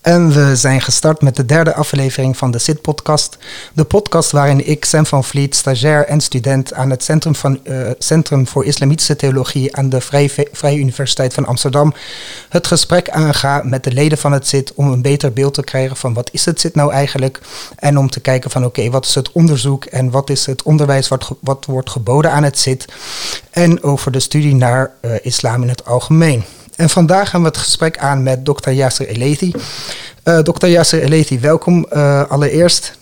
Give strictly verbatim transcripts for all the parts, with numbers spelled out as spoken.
En we zijn gestart met de derde aflevering van de S I T-podcast. De podcast waarin ik, Sam van Vliet, stagiair en student aan het Centrum, van, uh, Centrum voor Islamitische Theologie aan de Vrije, Vrije Universiteit van Amsterdam het gesprek aanga met de leden van het S I T om een beter beeld te krijgen van wat is het S I T nou eigenlijk en om te kijken van oké, okay, wat is het onderzoek en wat is het onderwijs wat, wat wordt geboden aan het S I T en over de studie naar uh, islam in het algemeen. En vandaag gaan we het gesprek aan met dokter Yasser Elethi. Uh, dokter Yasser Elethi, welkom uh, allereerst.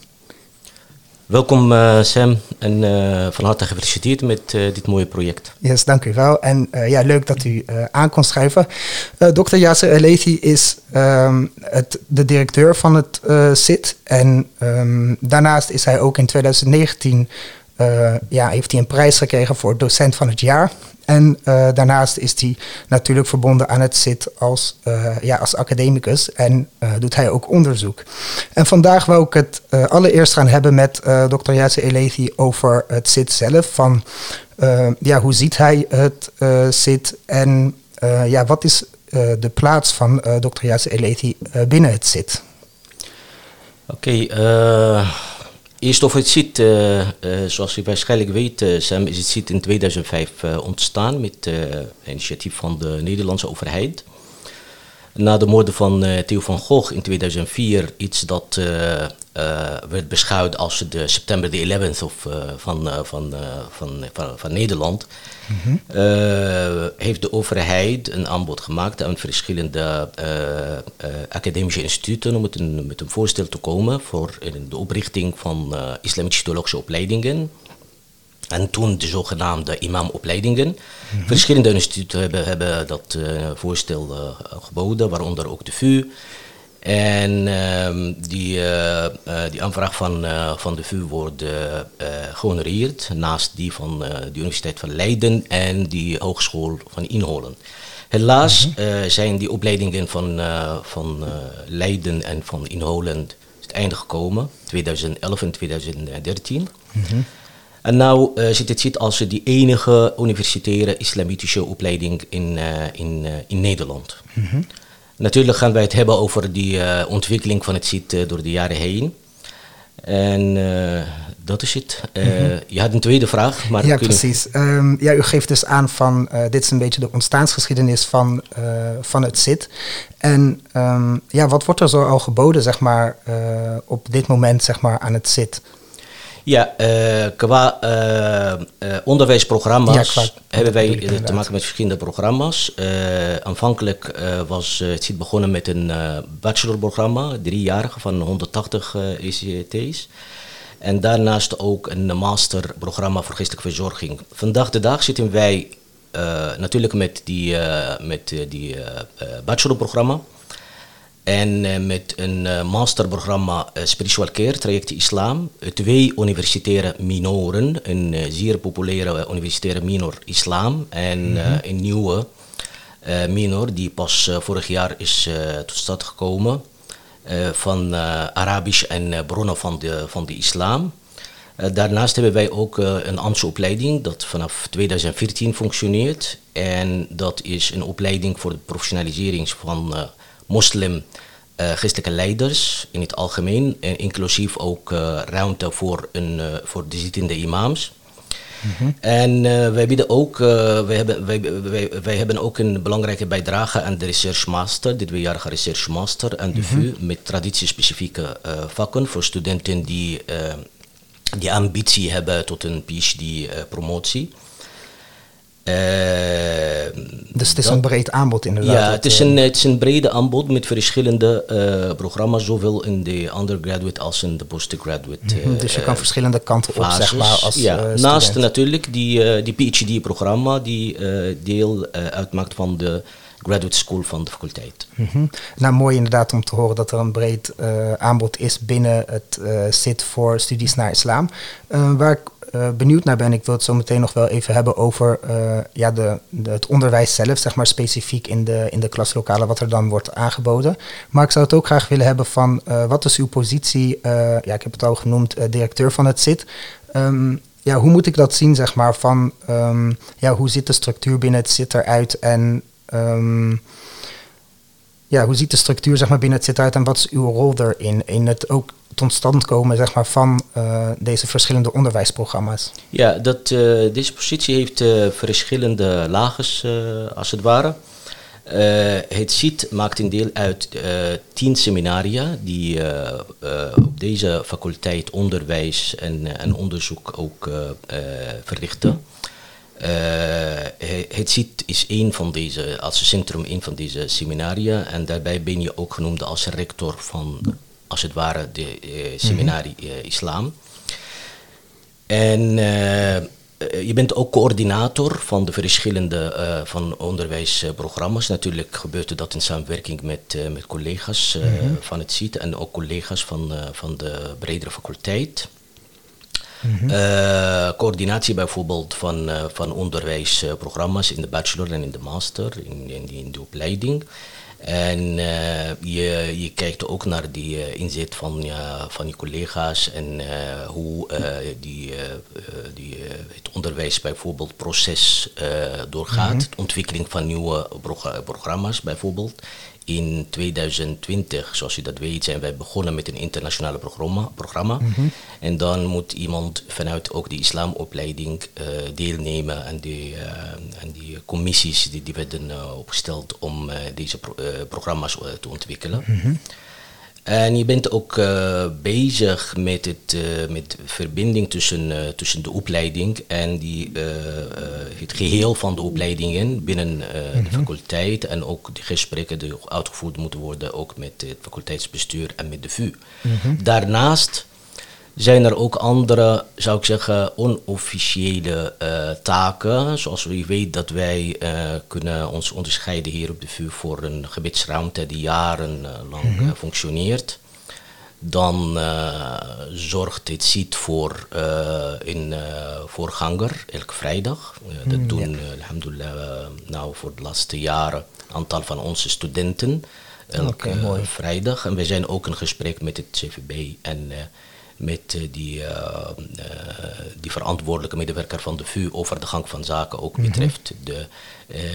Welkom uh, Sam en uh, van harte gefeliciteerd met uh, dit mooie project. Yes, dank u wel. En uh, ja, leuk dat u uh, aan kon schuiven. Uh, dokter Yasser Elethi is um, het, de directeur van het uh, S I T. En um, daarnaast is hij ook in twintig negentien uh, ja, heeft hij een prijs gekregen voor docent van het jaar. En uh, daarnaast is hij natuurlijk verbonden aan het S I T als, uh, ja, als academicus en uh, doet hij ook onderzoek. En vandaag wou ik het uh, allereerst gaan hebben met uh, dokter Yasser Elethi over het S I T zelf. Van, uh, ja, hoe ziet hij het uh, S I T en uh, ja, wat is uh, de plaats van uh, dokter Yasser Elethi uh, binnen het S I T? Oké, okay, uh... Eerst over het S I T, uh, uh, zoals u waarschijnlijk weet, uh, Sam, is het S I T in tweeduizend vijf uh, ontstaan met uh, initiatief van de Nederlandse overheid. Na de moorden van uh, Theo van Gogh in tweeduizend vier, iets dat uh, uh, werd beschouwd als de september de elfde of, uh, van, uh, van, uh, van, van, van Nederland, mm-hmm. uh, heeft de overheid een aanbod gemaakt aan verschillende uh, uh, academische instituten om met een, met een voorstel te komen voor de oprichting van uh, islamitische theologische opleidingen. En toen de zogenaamde imamopleidingen. Mm-hmm. Verschillende instituten hebben, hebben dat uh, voorstel uh, geboden, waaronder ook de V U. En uh, die, uh, uh, die aanvraag van, uh, van de V U wordt uh, uh, gehonoreerd, naast die van uh, de Universiteit van Leiden en die Hogeschool van Inholen. Helaas mm-hmm. uh, zijn die opleidingen van, uh, van uh, Leiden en van Inholen het einde gekomen, tweeduizend elf en tweeduizend dertien. Mm-hmm. En nu uh, zit het S I T als die enige universitaire islamitische opleiding in, uh, in, uh, in Nederland. Mm-hmm. Natuurlijk gaan wij het hebben over die uh, ontwikkeling van het S I T uh, door de jaren heen. En uh, dat is het. Uh, mm-hmm. Je had een tweede vraag. Maar ja, precies. Je... Um, ja, u geeft dus aan van, uh, dit is een beetje de ontstaansgeschiedenis van, uh, van het S I T. En um, ja, wat wordt er zo al geboden, zeg maar, uh, op dit moment, zeg maar, aan het S I T? Ja, uh, qua uh, uh, onderwijsprogramma's ja, hebben wij uh, te maken met verschillende programma's. Uh, aanvankelijk uh, was uh, het S I T begonnen met een uh, bachelorprogramma, driejarig van honderdtachtig uh, E C T's. En daarnaast ook een masterprogramma voor geestelijke verzorging. Vandaag de dag zitten wij uh, natuurlijk met die, uh, met, uh, die uh, uh, bachelorprogramma. En uh, met een uh, masterprogramma uh, Spiritual Care, traject Islam. Uh, twee universitaire minoren, een uh, zeer populaire uh, universitaire minor Islam. En uh, mm-hmm. een nieuwe uh, minor die pas uh, vorig jaar is uh, tot stand gekomen. Uh, van uh, Arabisch en uh, bronnen van de, van de islam. Uh, daarnaast hebben wij ook uh, een Amsterdamse opleiding dat vanaf tweeduizend veertien functioneert. En dat is een opleiding voor de professionalisering van uh, moslim uh, geestelijke leiders in het algemeen. En inclusief ook uh, ruimte voor, een, uh, voor de zittende imams. Mm-hmm. En uh, wij, bieden ook, uh, wij, hebben, wij, wij, wij hebben ook een belangrijke bijdrage aan de Research Master, de tweejarige Research Master aan de mm-hmm. V U, met traditiespecifieke uh, vakken voor studenten die, uh, die ambitie hebben tot een P H D-promotie. Uh, dus het is dat, een breed aanbod inderdaad. Ja, het is een, het is een brede aanbod met verschillende uh, programma's, zowel in de undergraduate als in de postgraduate. Mm-hmm, uh, dus je kan verschillende kanten op, zeg maar, als ja, uh, naast natuurlijk die, uh, die P H D-programma die uh, deel uh, uitmaakt van de graduate school van de faculteit. Mm-hmm. Nou, mooi inderdaad om te horen dat er een breed uh, aanbod is binnen het uh, S I T voor studies naar islam. Uh, waar ik uh, benieuwd naar ben, ik wil het zo meteen nog wel even hebben over uh, ja, de, de, het onderwijs zelf, zeg maar specifiek in de, in de klaslokalen, wat er dan wordt aangeboden. Maar ik zou het ook graag willen hebben van, uh, wat is uw positie, uh, ja, ik heb het al genoemd, uh, directeur van het S I T. Um, ja, hoe moet ik dat zien, zeg maar, van, um, ja, hoe ziet de structuur binnen het S I T eruit en Um, ja, hoe ziet de structuur zeg maar, binnen het zit uit en wat is uw rol erin? In het ook tot stand komen zeg maar, van uh, deze verschillende onderwijsprogramma's? Ja, dat, uh, deze positie heeft uh, verschillende lagen uh, als het ware. Uh, het C I T maakt een deel uit uh, tien seminaria die uh, uh, op deze faculteit onderwijs en, en onderzoek ook uh, uh, verrichten. Uh, het C I T is één van deze, als centrum één van deze seminaria en daarbij ben je ook genoemd als rector van, als het ware, de uh, seminarie uh, Islam. En uh, je bent ook coördinator van de verschillende uh, van onderwijsprogramma's. Natuurlijk gebeurt dat in samenwerking met, uh, met collega's uh, mm-hmm. van het C I T en ook collega's van, uh, van de bredere faculteit. Mm-hmm. Uh, coördinatie bijvoorbeeld van, uh, van onderwijsprogramma's in de bachelor en in de master, in, in, die, in de opleiding. En uh, je, je kijkt ook naar die uh, inzet van, uh, van je collega's en uh, hoe uh, die, uh, die, uh, het onderwijs bijvoorbeeld proces uh, doorgaat. Mm-hmm. De ontwikkeling van nieuwe prog- programma's bijvoorbeeld. In tweeduizend twintig, zoals u dat weet, zijn wij begonnen met een internationale programma. programma. Mm-hmm. En dan moet iemand vanuit ook de islamopleiding uh, deelnemen aan die, uh, aan die commissies die, die werden uh, opgesteld om uh, deze pro- uh, programma's uh, te ontwikkelen. Mm-hmm. En je bent ook uh, bezig met het uh, met verbinding tussen, uh, tussen de opleiding en die, uh, uh, het geheel van de opleidingen binnen uh, mm-hmm. de faculteit. En ook de gesprekken die uitgevoerd moeten worden ook met het faculteitsbestuur en met de V U. Mm-hmm. Daarnaast zijn er ook andere, zou ik zeggen, onofficiële uh, taken. Zoals u weet dat wij uh, kunnen ons onderscheiden hier op de V U voor een gebidsruimte die jarenlang mm-hmm. uh, functioneert. Dan uh, zorgt het C I T voor uh, een uh, voorganger elke vrijdag. Uh, dat mm, doen ja. uh, alhamdulillah uh, nou voor de laatste jaren een aantal van onze studenten elke okay, uh, vrijdag. En wij zijn ook in gesprek met het C V B en uh, met uh, die, uh, uh, die verantwoordelijke medewerker van de V U over de gang van zaken, ook mm-hmm. betreft de uh, uh,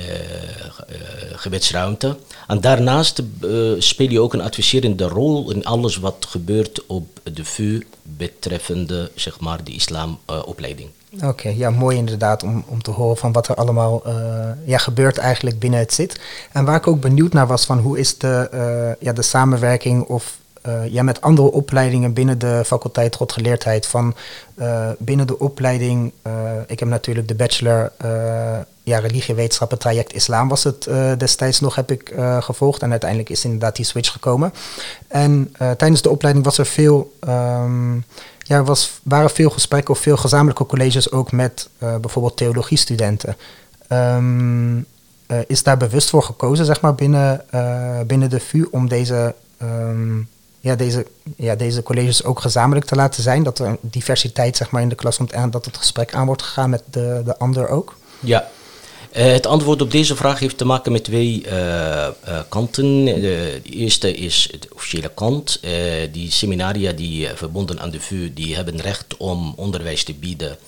gebedsruimte. En daarnaast uh, speel je ook een adviserende rol in alles wat gebeurt op de V U betreffende, zeg maar, de islamopleiding. Uh, Oké, okay, ja, mooi inderdaad om, om te horen van wat er allemaal uh, ja, gebeurt eigenlijk binnen het C I T. En waar ik ook benieuwd naar was van hoe is de, uh, ja, de samenwerking of Uh, ja, met andere opleidingen binnen de faculteit Godgeleerdheid. Van uh, binnen de opleiding, uh, ik heb natuurlijk de bachelor uh, ja, religiewetenschappen traject islam was het uh, destijds nog, heb ik uh, gevolgd. En uiteindelijk is inderdaad die switch gekomen. En uh, tijdens de opleiding was er veel, um, ja, was, waren veel gesprekken of veel gezamenlijke colleges ook met uh, bijvoorbeeld theologiestudenten. Um, uh, is daar bewust voor gekozen, zeg maar, binnen, uh, binnen de V U om deze Um, Ja, deze, ja, deze colleges ook gezamenlijk te laten zijn? Dat er diversiteit zeg maar, in de klas komt en dat het gesprek aan wordt gegaan met de, de ander ook? Ja, uh, het antwoord op deze vraag heeft te maken met twee uh, uh, kanten. Uh, de eerste is de officiële kant. Uh, die seminaria die uh, verbonden aan de V U, die hebben recht om onderwijs te bieden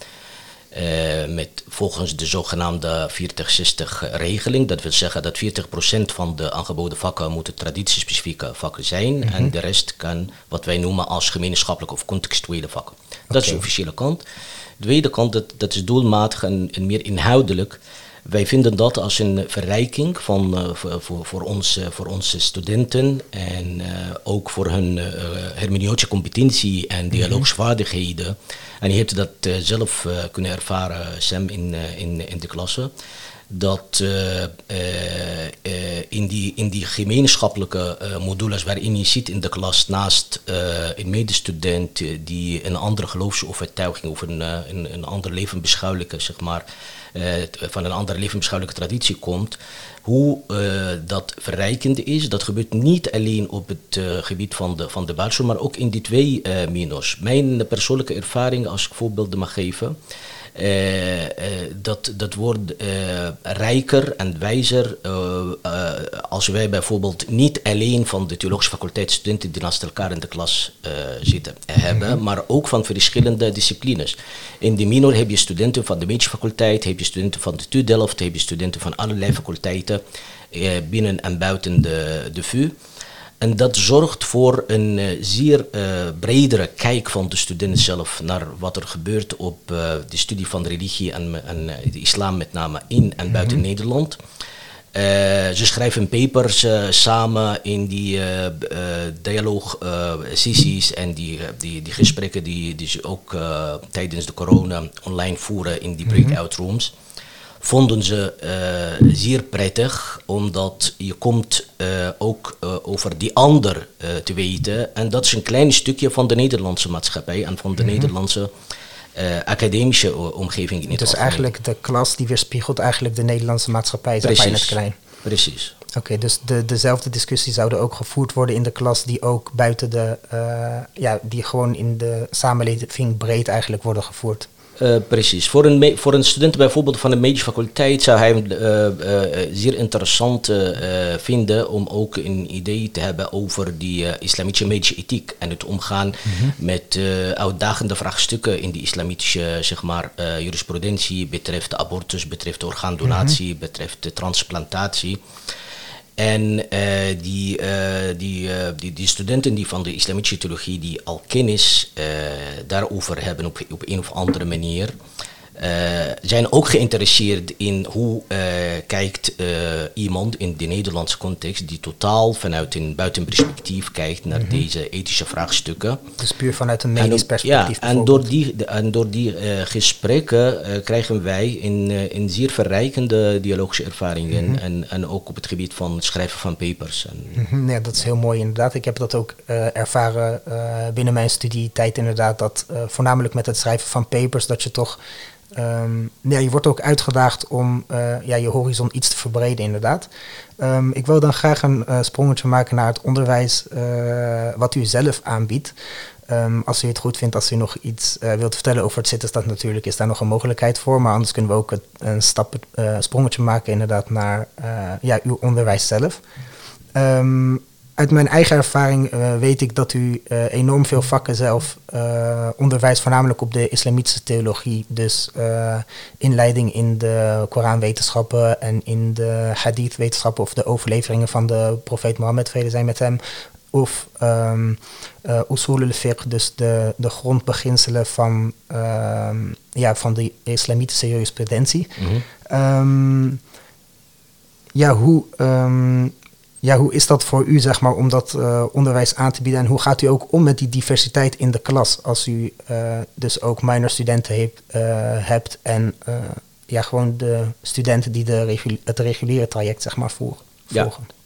Uh, met volgens de zogenaamde veertig zestig regeling. Dat wil zeggen dat veertig procent van de aangeboden vakken moeten traditiespecifieke vakken zijn. Mm-hmm. En de rest kan wat wij noemen als gemeenschappelijke of contextuele vakken. Dat okay. is de officiële kant. De tweede kant, dat, dat is doelmatig en, en meer inhoudelijk. Wij vinden dat als een verrijking van, uh, voor, voor, voor, ons, uh, voor onze studenten en uh, ook voor hun uh, hermeneutische competentie en dialoogvaardigheden. Mm-hmm. En je hebt dat uh, zelf uh, kunnen ervaren, Sam, in, uh, in, in de klasse. Dat uh, uh, uh, in, die, in die gemeenschappelijke uh, modules waarin je ziet in de klas naast uh, een medestudent uh, die een andere geloofsovertuiging of een, uh, een, een ander levensbeschouwelijke, zeg maar, uh, van een andere levensbeschouwelijke traditie komt, hoe uh, dat verrijkend is. Dat gebeurt niet alleen op het uh, gebied van de, van de bachelor, maar ook in die twee uh, minors. Mijn persoonlijke ervaring, als ik voorbeelden mag geven, Uh, uh, dat, dat wordt uh, rijker en wijzer uh, uh, als wij bijvoorbeeld niet alleen van de theologische faculteit studenten die naast elkaar in de klas uh, zitten hebben, mm-hmm. maar ook van verschillende disciplines. In de minor heb je studenten van de medische faculteit, heb je studenten van de T U Delft, heb je studenten van allerlei faculteiten. uh, binnen en buiten de, de V U. En dat zorgt voor een uh, zeer uh, bredere kijk van de studenten zelf naar wat er gebeurt op uh, de studie van de religie en, en uh, de islam met name in en buiten mm-hmm. Nederland. Uh, ze schrijven papers uh, samen in die uh, uh, dialoog-sessies uh, en die, die, die gesprekken die, die ze ook uh, tijdens de corona online voeren in die breakout rooms. Vonden ze uh, zeer prettig, omdat je komt uh, ook uh, over die ander uh, te weten. En dat is een klein stukje van de Nederlandse maatschappij en van de mm-hmm. Nederlandse uh, academische omgeving in het Dus algemeen. Eigenlijk de klas die weerspiegelt eigenlijk de Nederlandse maatschappij, zeg maar in het klein. Precies. Oké, okay, dus de, dezelfde discussies zouden ook gevoerd worden in de klas die ook buiten de, uh, ja, die gewoon in de samenleving breed eigenlijk worden gevoerd. Uh, precies. Voor een, me- voor een student bijvoorbeeld van de medische faculteit zou hij het uh, uh, zeer interessant uh, vinden om ook een idee te hebben over die uh, islamitische medische ethiek en het omgaan mm-hmm. met uh, uitdagende vraagstukken in die islamitische zeg maar, uh, jurisprudentie betreft abortus, betreft orgaandonatie, mm-hmm. betreft de transplantatie. En uh, die, uh, die, uh, die, die studenten die van de islamitische theologie die al kennis uh, daarover hebben op, op een of andere manier, uh, zijn ook geïnteresseerd in hoe uh, kijkt uh, iemand in de Nederlandse context die totaal vanuit een buitenperspectief kijkt naar mm-hmm. deze ethische vraagstukken. Dus puur vanuit een medisch perspectief. Ja, en door die, de, en door die uh, gesprekken uh, krijgen wij een, uh, een zeer verrijkende dialogische ervaringen mm-hmm. en, en ook op het gebied van het schrijven van papers. En, mm-hmm, ja, dat is heel mooi inderdaad. Ik heb dat ook uh, ervaren uh, binnen mijn studietijd inderdaad, dat uh, voornamelijk met het schrijven van papers, dat je toch Um, ja, je wordt ook uitgedaagd om uh, ja, je horizon iets te verbreden inderdaad. Um, ik wil dan graag een uh, sprongetje maken naar het onderwijs uh, wat u zelf aanbiedt. Um, als u het goed vindt, als u nog iets uh, wilt vertellen over het Sittestat, natuurlijk is daar nog een mogelijkheid voor. Maar anders kunnen we ook het, een stap, uh, sprongetje maken inderdaad naar uh, ja, uw onderwijs zelf. Um, Uit mijn eigen ervaring uh, weet ik dat u uh, enorm veel vakken zelf uh, onderwijst, voornamelijk op de islamitische theologie. Dus uh, inleiding in de Koranwetenschappen en in de hadith-wetenschappen of de overleveringen van de profeet Mohammed, vrede zij met hem. Of um, uh, usul al-fiqh, dus de, de grondbeginselen van, uh, ja, van de islamitische jurisprudentie. Mm-hmm. Um, ja, hoe... Um, Ja, hoe is dat voor u, zeg maar, om dat uh, onderwijs aan te bieden? En hoe gaat u ook om met die diversiteit in de klas? Als u uh, dus ook minor-studenten heeft, uh, hebt en uh, ja, gewoon de studenten die de regu- het reguliere traject, zeg maar, volgen. Ja.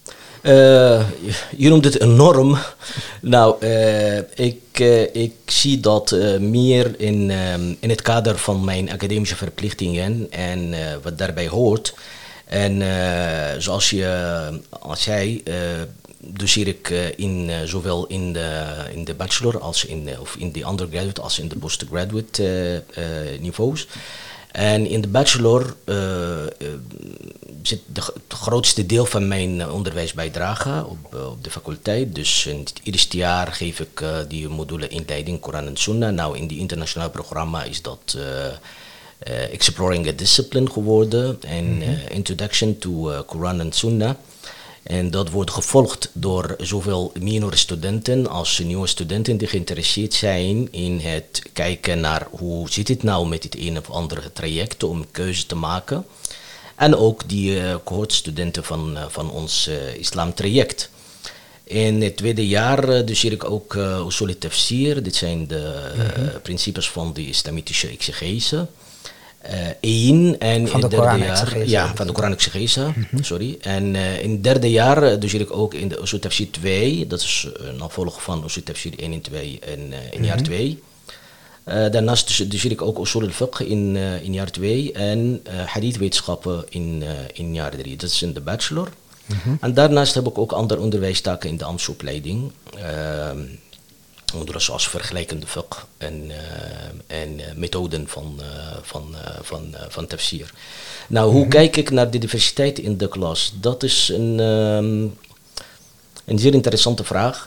Uh, je noemt het enorm. Nou, uh, ik, uh, ik zie dat uh, meer in, um, in het kader van mijn academische verplichtingen en uh, wat daarbij hoort. En uh, zoals je al zei, uh, doseer ik uh, in, uh, zowel in de, in de bachelor als in de, of in de undergraduate als in de postgraduate uh, uh, niveaus. En in de bachelor uh, uh, zit de, het grootste deel van mijn onderwijsbijdrage op, uh, op de faculteit. Dus in het eerste jaar geef ik uh, die module inleiding Koran en Sunnah. Nou, in die internationaal programma is dat Uh, Uh, Exploring a Discipline geworden en mm-hmm. uh, Introduction to uh, Quran and Sunnah. En dat wordt gevolgd door zowel minor studenten als nieuwe studenten die geïnteresseerd zijn in het kijken naar hoe zit het nou met het een of andere traject om een keuze te maken. En ook die uh, cohortstudenten van, uh, van ons uh, islamtraject. In het tweede jaar uh, doseer ik ook uh, usul al-tafsir. Dit zijn de uh, mm-hmm. principes van de islamitische exegese. Eén uh, en van in de het derde jaar, ja, van de Koran-exegese, mm-hmm. sorry. En uh, in het derde jaar uh, doseer ik ook in de usul tafsir twee, dat is een opvolger van usul tafsir één en twee in, uh, in mm-hmm. jaar twee. Uh, daarnaast doseer ik ook usul al-fiqh in, uh, in jaar twee en uh, hadith-wetenschappen in, uh, in jaar drie. Dat is in de bachelor. Mm-hmm. En daarnaast heb ik ook andere onderwijstaken in de ambtsopleiding. Uh, Onder zoals vergelijkende fiqh en, uh, en uh, methoden van, uh, van, uh, van, uh, van tafsir. Nou, hoe mm-hmm. kijk ik naar de diversiteit in de klas? Dat is een, um, een zeer interessante vraag.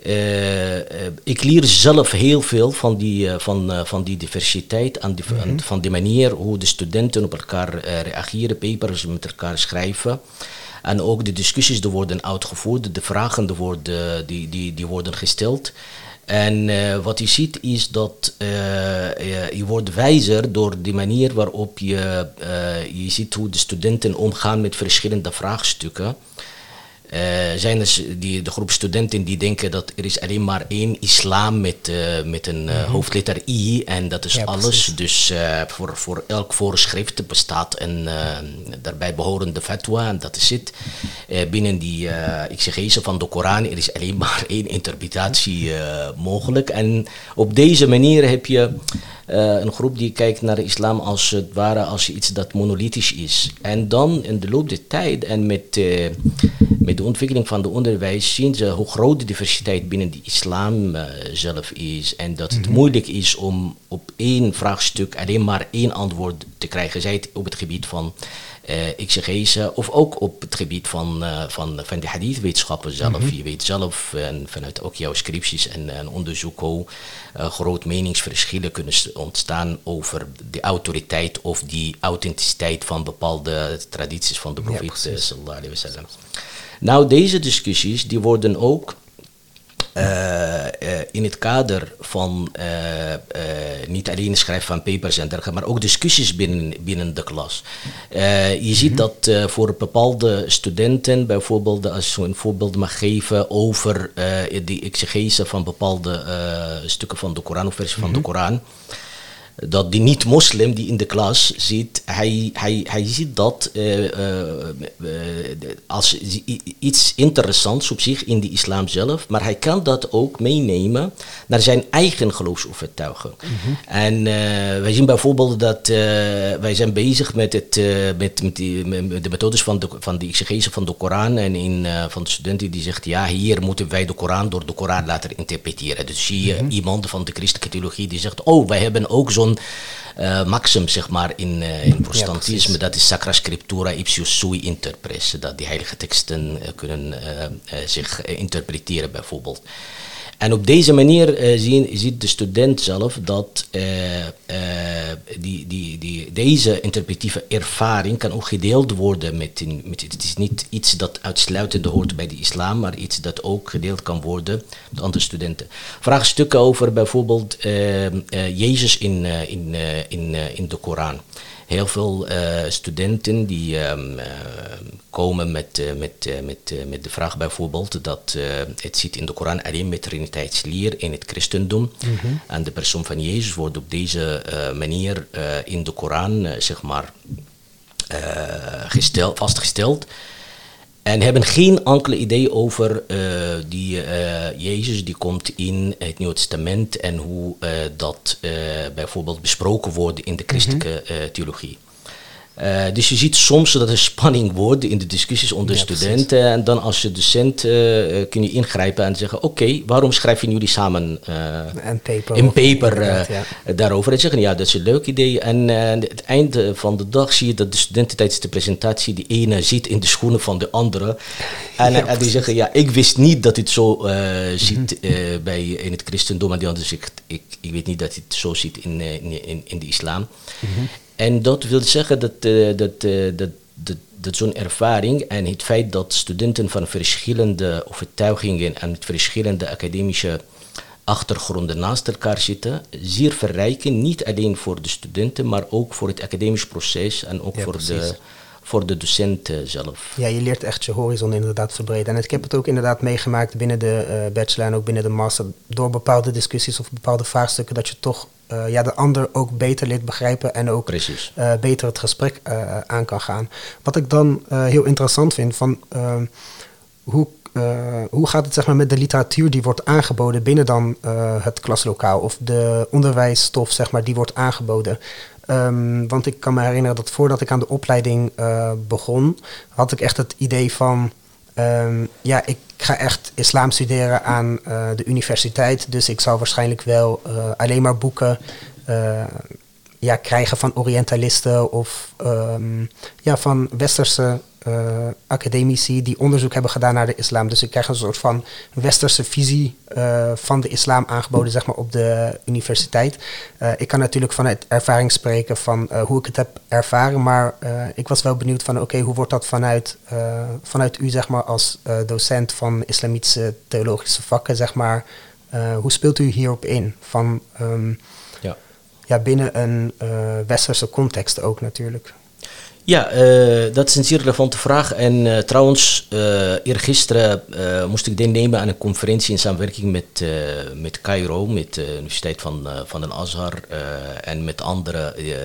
Uh, uh, ik leer zelf heel veel van die, uh, van, uh, van die diversiteit en die, mm-hmm. van de manier hoe de studenten op elkaar uh, reageren, papers met elkaar schrijven. En ook de discussies die worden uitgevoerd, de vragen die worden, die, die, die worden gesteld. En uh, wat je ziet is dat uh, je, je wordt wijzer door de manier waarop je, uh, je ziet hoe de studenten omgaan met verschillende vraagstukken. Uh, zijn er die, de groep studenten die denken dat er is alleen maar één islam met, uh, met een uh, mm-hmm. hoofdletter I en dat is ja, alles. Precies. Dus uh, voor, voor elk voorschrift bestaat een uh, daarbij behorende fatwa en dat is het. Uh, binnen die uh, exegese van de Koran er is alleen maar één interpretatie uh, mogelijk. En op deze manier heb je uh, een groep die kijkt naar de islam als het ware als iets dat monolithisch is. En dan in de loop der tijd en met, uh, met de ontwikkeling van het onderwijs zien ze hoe groot de diversiteit binnen de islam uh, zelf is. En dat het mm-hmm. moeilijk is om op één vraagstuk alleen maar één antwoord te krijgen. Zij het op het gebied van uh, exegese of ook op het gebied van, uh, van, van de hadith-wetenschappen zelf. Mm-hmm. Je weet zelf, uh, vanuit ook jouw scripties en, en onderzoek, hoe uh, groot meningsverschillen kunnen ontstaan over de autoriteit of die authenticiteit van bepaalde tradities van de profeet ja, sallallahu alaihi wasallam. Nou, deze discussies die worden ook uh, uh, in het kader van uh, uh, niet alleen het schrijven van papers en dergelijke, maar ook discussies binnen, binnen de klas. Uh, je mm-hmm. ziet dat uh, voor bepaalde studenten, bijvoorbeeld als je een voorbeeld mag geven over uh, de exegese van bepaalde uh, stukken van de Koran of versie mm-hmm. van de Koran, dat die niet-moslim die in de klas zit, hij, hij, hij ziet dat uh, uh, uh, als iets interessants op zich in de islam zelf, maar hij kan dat ook meenemen naar zijn eigen geloofsovertuiging. Mm-hmm. En uh, wij zien bijvoorbeeld dat uh, wij zijn bezig met, het, uh, met, met, die, met de methodes van de, van de exegese van de Koran en in, uh, van de studenten die zegt, ja, hier moeten wij de Koran door de Koran laten interpreteren. Dus zie je mm-hmm. iemand van de christelijke theologie die zegt, oh, wij hebben ook zo'n Uh, maxim, zeg maar, in, uh, in protestantisme, ja, dat is sacra scriptura ipsius sui interpres, dat die heilige teksten uh, kunnen uh, uh, zich uh, interpreteren bijvoorbeeld. En op deze manier uh, zien, ziet de student zelf dat uh, uh, die, die, die, deze interpretatieve ervaring kan ook gedeeld worden met, met... Het is niet iets dat uitsluitend hoort bij de islam, maar iets dat ook gedeeld kan worden met andere studenten. Vraagstukken over bijvoorbeeld uh, uh, Jezus in, uh, in, uh, in, uh, in de Koran. Heel veel uh, studenten die um, uh, komen met, uh, met, uh, met, uh, met de vraag bijvoorbeeld dat uh, het zit in de Koran alleen met triniteitsleer in het christendom. Mm-hmm. En de persoon van Jezus wordt op deze uh, manier uh, in de Koran uh, zeg maar uh, gestel, vastgesteld. En hebben geen enkele idee over uh, die uh, Jezus die komt in het Nieuwe Testament en hoe uh, dat uh, bijvoorbeeld besproken wordt in de christelijke uh, theologie. Uh, dus je ziet soms dat er spanning wordt in de discussies onder ja, studenten. Precies. En dan als je docent uh, kun je ingrijpen en zeggen, oké, okay, waarom schrijven jullie samen uh, een paper, een paper uh, ja. daarover? En zeggen, ja, dat is een leuk idee. En uh, aan het einde van de dag zie je dat de studenten tijdens de presentatie die ene zit in de schoenen van de andere. En, ja, en die zeggen, ja, ik wist niet dat dit zo uh, zit uh, bij, in het christendom. En die andere zegt, ik, ik weet niet dat dit zo zit in, in, in, in de islam. Mm-hmm. En dat wil zeggen dat, uh, dat, uh, dat, dat, dat zo'n ervaring en het feit dat studenten van verschillende overtuigingen en met verschillende academische achtergronden naast elkaar zitten, zeer verrijken, niet alleen voor de studenten, maar ook voor het academisch proces en ook ja, voor, de, voor de docent zelf. Ja, je leert echt je horizon inderdaad verbreden. En ik heb het ook inderdaad meegemaakt binnen de uh, bachelor en ook binnen de master, door bepaalde discussies of bepaalde vraagstukken, dat je toch Uh, ja, de ander ook beter leert begrijpen en ook uh, beter het gesprek uh, aan kan gaan. Wat ik dan uh, heel interessant vind, van uh, hoe, uh, hoe gaat het zeg maar, met de literatuur die wordt aangeboden binnen dan uh, het klaslokaal of de onderwijsstof zeg maar, die wordt aangeboden. Um, want ik kan me herinneren dat voordat ik aan de opleiding uh, begon, had ik echt het idee van, Um, ja, ik ga echt islam studeren aan uh, de universiteit. Dus ik zal waarschijnlijk wel uh, alleen maar boeken uh, ja, krijgen van orientalisten of um, ja, van westerse uh, academici die onderzoek hebben gedaan naar de islam. Dus ik krijg een soort van westerse visie uh, van de islam aangeboden, zeg maar, op de universiteit. Uh, ik kan natuurlijk vanuit ervaring spreken van uh, hoe ik het heb ervaren, maar uh, ik was wel benieuwd van, oké, okay, hoe wordt dat vanuit, uh, vanuit u, zeg maar, als uh, docent van islamitische theologische vakken, zeg maar, uh, hoe speelt u hierop in? Van, um, ja. ja, binnen een uh, westerse context ook natuurlijk. Ja, uh, dat is een zeer relevante vraag. En uh, trouwens, uh, eergisteren uh, moest ik deelnemen aan een conferentie in samenwerking met, uh, met Cairo, met de Universiteit van, uh, van den Azhar uh, en met andere uh,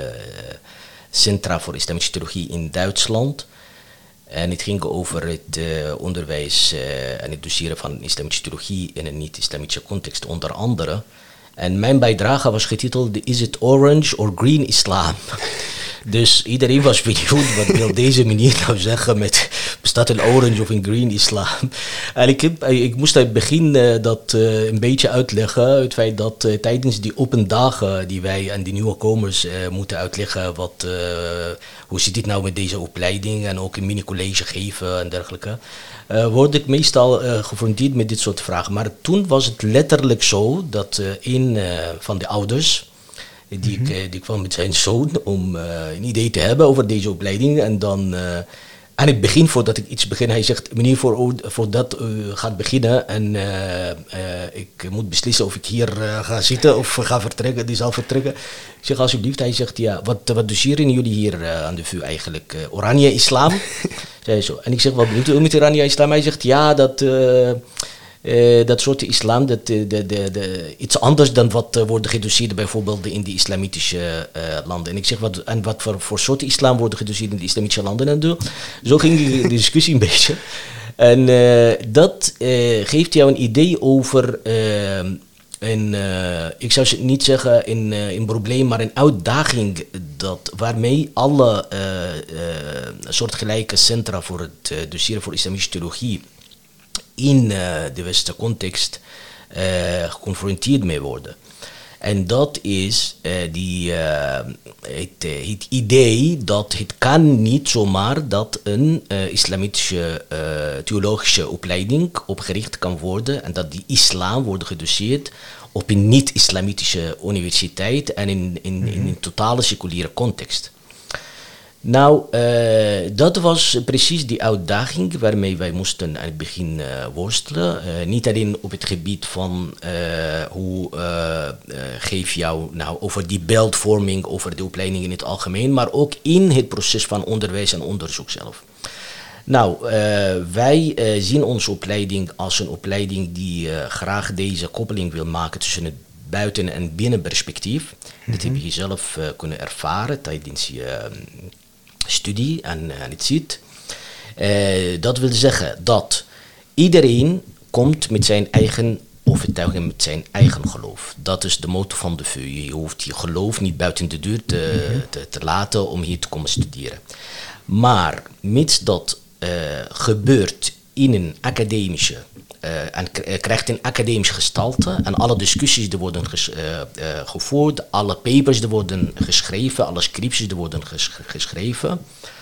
centra voor islamitische theologie in Duitsland. En het ging over het uh, onderwijs uh, en het doseren van islamitische theologie in een niet-islamitische context, onder andere. En mijn bijdrage was getiteld Is it orange or green Islam? Dus iedereen was benieuwd, wat wil deze meneer nou zeggen met, bestaat een orange of een green islam? En ik, heb, ik moest uit het begin uh, dat uh, een beetje uitleggen, het feit dat uh, tijdens die open dagen die wij aan die nieuwkomers uh, moeten uitleggen, wat, uh, hoe zit dit nou met deze opleiding en ook een mini-college geven en dergelijke, uh, word ik meestal uh, gefronteerd met dit soort vragen. Maar toen was het letterlijk zo dat uh, een uh, van de ouders, Die, mm-hmm. ik, die kwam met zijn zoon om uh, een idee te hebben over deze opleiding. En dan uh, aan het begin, voordat ik iets begin, hij zegt, meneer, voor, voordat u gaat beginnen en uh, uh, ik moet beslissen of ik hier uh, ga zitten of ga vertrekken, die zal vertrekken. Ik zeg, alsjeblieft, hij zegt, ja, wat, wat doseren jullie hier uh, aan de V U eigenlijk? Uh, Oranje Islam? Zei zo. En ik zeg, wat bedoelt u met Oranje Islam? Hij zegt, ja, dat... Uh, Uh, dat soort islam, dat, de, de, de, de, iets anders dan wat uh, wordt gedoseerd bijvoorbeeld in die islamitische uh, landen. En ik zeg, wat, en wat voor, voor soort islam worden gedoseerd in de islamitische landen? En do, zo ging die, die discussie een beetje. En uh, dat uh, geeft jou een idee over, uh, een, uh, ik zou niet zeggen een, uh, een probleem, maar een uitdaging dat, waarmee alle uh, uh, soortgelijke centra voor het uh, doseren voor islamitische theologie in uh, de westerse context uh, geconfronteerd mee worden. En dat is uh, die, uh, het, uh, het idee dat het kan niet zomaar dat een uh, islamitische uh, theologische opleiding opgericht kan worden en dat die islam wordt gedoseerd op een niet-islamitische universiteit en in, in, in een totale seculiere context. Nou, uh, dat was precies die uitdaging waarmee wij moesten aan het begin uh, worstelen. Uh, niet alleen op het gebied van uh, hoe uh, uh, geef jou nou over die beeldvorming, over de opleiding in het algemeen, maar ook in het proces van onderwijs en onderzoek zelf. Nou, uh, wij uh, zien onze opleiding als een opleiding die uh, graag deze koppeling wil maken tussen het buiten- en binnenperspectief. Mm-hmm. Dat heb je zelf uh, kunnen ervaren tijdens je uh, studie en, en het ziet. Uh, dat wil zeggen dat iedereen komt met zijn eigen overtuiging, met zijn eigen geloof. Dat is de motto van de V U. Je hoeft je geloof niet buiten de deur te, mm-hmm. te, te laten om hier te komen studeren. Maar mits dat uh, gebeurt in een academische Uh, en k- krijgt een academische gestalte en alle discussies er worden ges- uh, uh, gevoerd, alle papers er worden geschreven, alle scripties er worden ges- geschreven,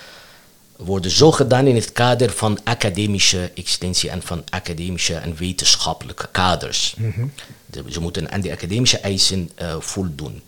worden zo gedaan in het kader van academische extensie en van academische en wetenschappelijke kaders. Mm-hmm. De, ze moeten aan die academische eisen uh, voldoen.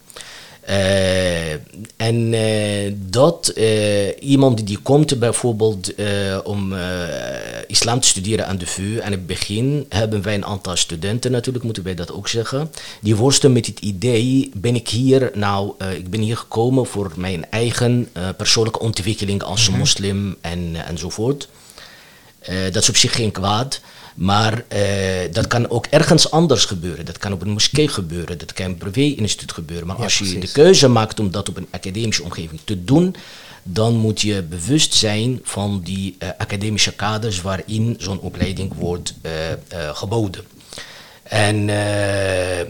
Uh, en uh, dat uh, iemand die komt bijvoorbeeld uh, om uh, islam te studeren aan de V U, aan het begin hebben wij een aantal studenten, natuurlijk moeten wij dat ook zeggen, die worstelen met het idee, ben ik hier, nou, uh, ik ben hier gekomen voor mijn eigen uh, persoonlijke ontwikkeling als mm-hmm. moslim en, uh, enzovoort. Uh, dat is op zich geen kwaad. Maar uh, dat kan ook ergens anders gebeuren. Dat kan op een moskee gebeuren, dat kan een privé-instituut gebeuren. Maar ja, als je precies. de keuze maakt om dat op een academische omgeving te doen, dan moet je bewust zijn van die uh, academische kaders waarin zo'n opleiding wordt uh, uh, geboden. En uh, uh,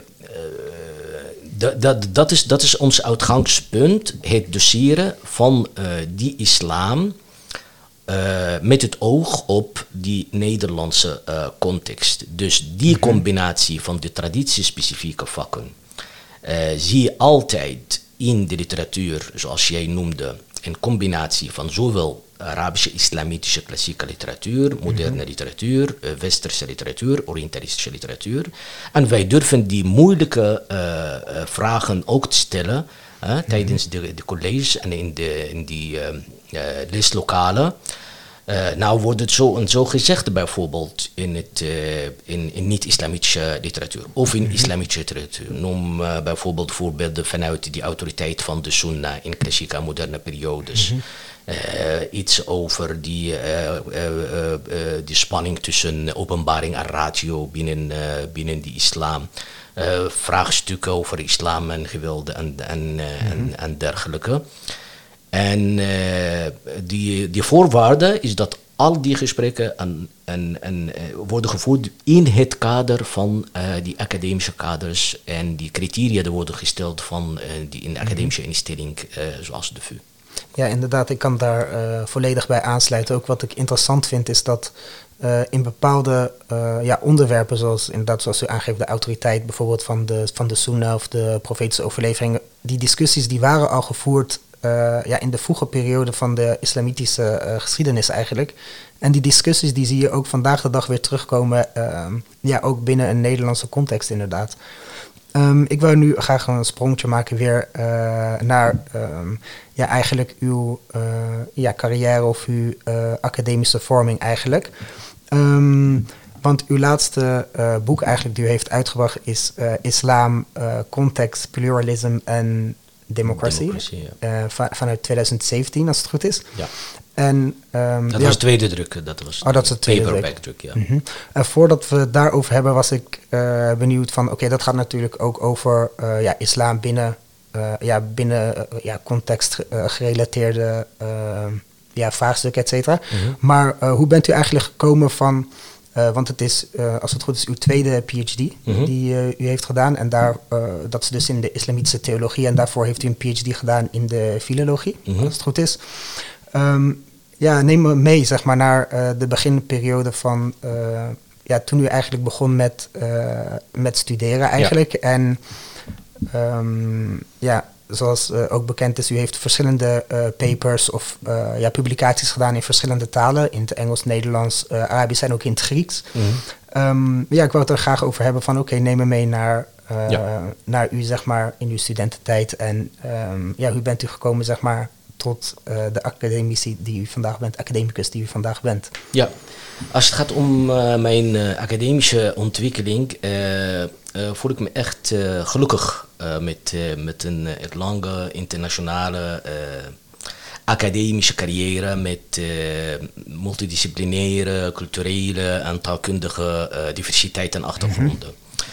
dat, dat, dat, is, dat is ons uitgangspunt, het doseren van uh, die islam. Uh, met het oog op die Nederlandse uh, context. Dus die mm-hmm. combinatie van de traditiespecifieke vakken uh, zie je altijd in de literatuur, zoals jij noemde, een combinatie van zowel Arabische, islamitische klassieke literatuur, moderne mm-hmm. literatuur, uh, westerse literatuur, orientalistische literatuur. En wij durven die moeilijke uh, uh, vragen ook te stellen uh, mm-hmm. tijdens de, de colleges en in, de, in die uh, uh, leslokalen. Uh, nou wordt het zo en zo gezegd bijvoorbeeld in, het, uh, in, in niet-islamitische literatuur of in mm-hmm. islamitische literatuur. Noem uh, bijvoorbeeld voorbeelden vanuit die autoriteit van de Sunnah in klassieke en moderne periodes. Mm-hmm. Uh, iets over die, uh, uh, uh, uh, die spanning tussen openbaring en ratio binnen, uh, binnen die islam. Uh, vraagstukken over islam en geweld en, en, uh, mm-hmm. en, en dergelijke. En uh, die, die voorwaarde is dat al die gesprekken en, en, en, uh, worden gevoerd in het kader van uh, die academische kaders en die criteria die worden gesteld van uh, die in de academische instelling uh, zoals de V U. Ja, inderdaad, ik kan daar uh, volledig bij aansluiten. Ook wat ik interessant vind is dat uh, in bepaalde uh, ja, onderwerpen, zoals inderdaad zoals u aangeeft, de autoriteit bijvoorbeeld van de, van de Sunnah of de profetische overleveringen, die discussies die waren al gevoerd Uh, ja, in de vroege periode van de islamitische uh, geschiedenis eigenlijk. En die discussies die zie je ook vandaag de dag weer terugkomen, uh, ja, ook binnen een Nederlandse context inderdaad. Um, ik wil nu graag een sprongetje maken weer uh, naar um, ja, eigenlijk uw uh, ja, carrière of uw uh, academische vorming eigenlijk. Um, want uw laatste uh, boek eigenlijk die u heeft uitgebracht is uh, Islam, uh, Context, Pluralism en Democracy, Democracy ja. uh, va- vanuit twintig zeventien, als het goed is. Ja. En, um, dat ja, was de tweede druk, dat was oh, dat is de tweede paperback druk, ja. Mm-hmm. Uh, voordat we het daarover hebben, was ik uh, benieuwd van, oké, okay, dat gaat natuurlijk ook over uh, ja, islam binnen, uh, ja, binnen uh, ja, context uh, gerelateerde uh, ja, vraagstukken, et cetera. Mm-hmm. Maar uh, hoe bent u eigenlijk gekomen van, Uh, want het is, uh, als het goed is, uw tweede P H D mm-hmm. die uh, u heeft gedaan. En daar, uh, dat is dus in de islamitische theologie. En daarvoor heeft u een P H D gedaan in de filologie, mm-hmm. als het goed is. Um, ja, neem me mee, zeg maar, naar uh, de beginperiode van, uh, ja, toen u eigenlijk begon met, uh, met studeren eigenlijk. Ja. En um, ja, zoals uh, ook bekend is, u heeft verschillende uh, papers of uh, ja, publicaties gedaan in verschillende talen. In het Engels, Nederlands, uh, Arabisch en ook in het Grieks. Mm-hmm. Um, ja, ik wou het er graag over hebben van, oké, okay, neem me mee naar, uh, ja. naar u, zeg maar, in uw studententijd. En um, ja, hoe bent u gekomen, zeg maar, tot uh, de academici die u vandaag bent, academicus die u vandaag bent? Ja, als het gaat om uh, mijn uh, academische ontwikkeling, uh, uh, voel ik me echt uh, gelukkig uh, met, uh, met een uh, lange internationale uh, academische carrière met uh, multidisciplinaire, culturele en taalkundige uh, diversiteit en achtergronden. Mm-hmm.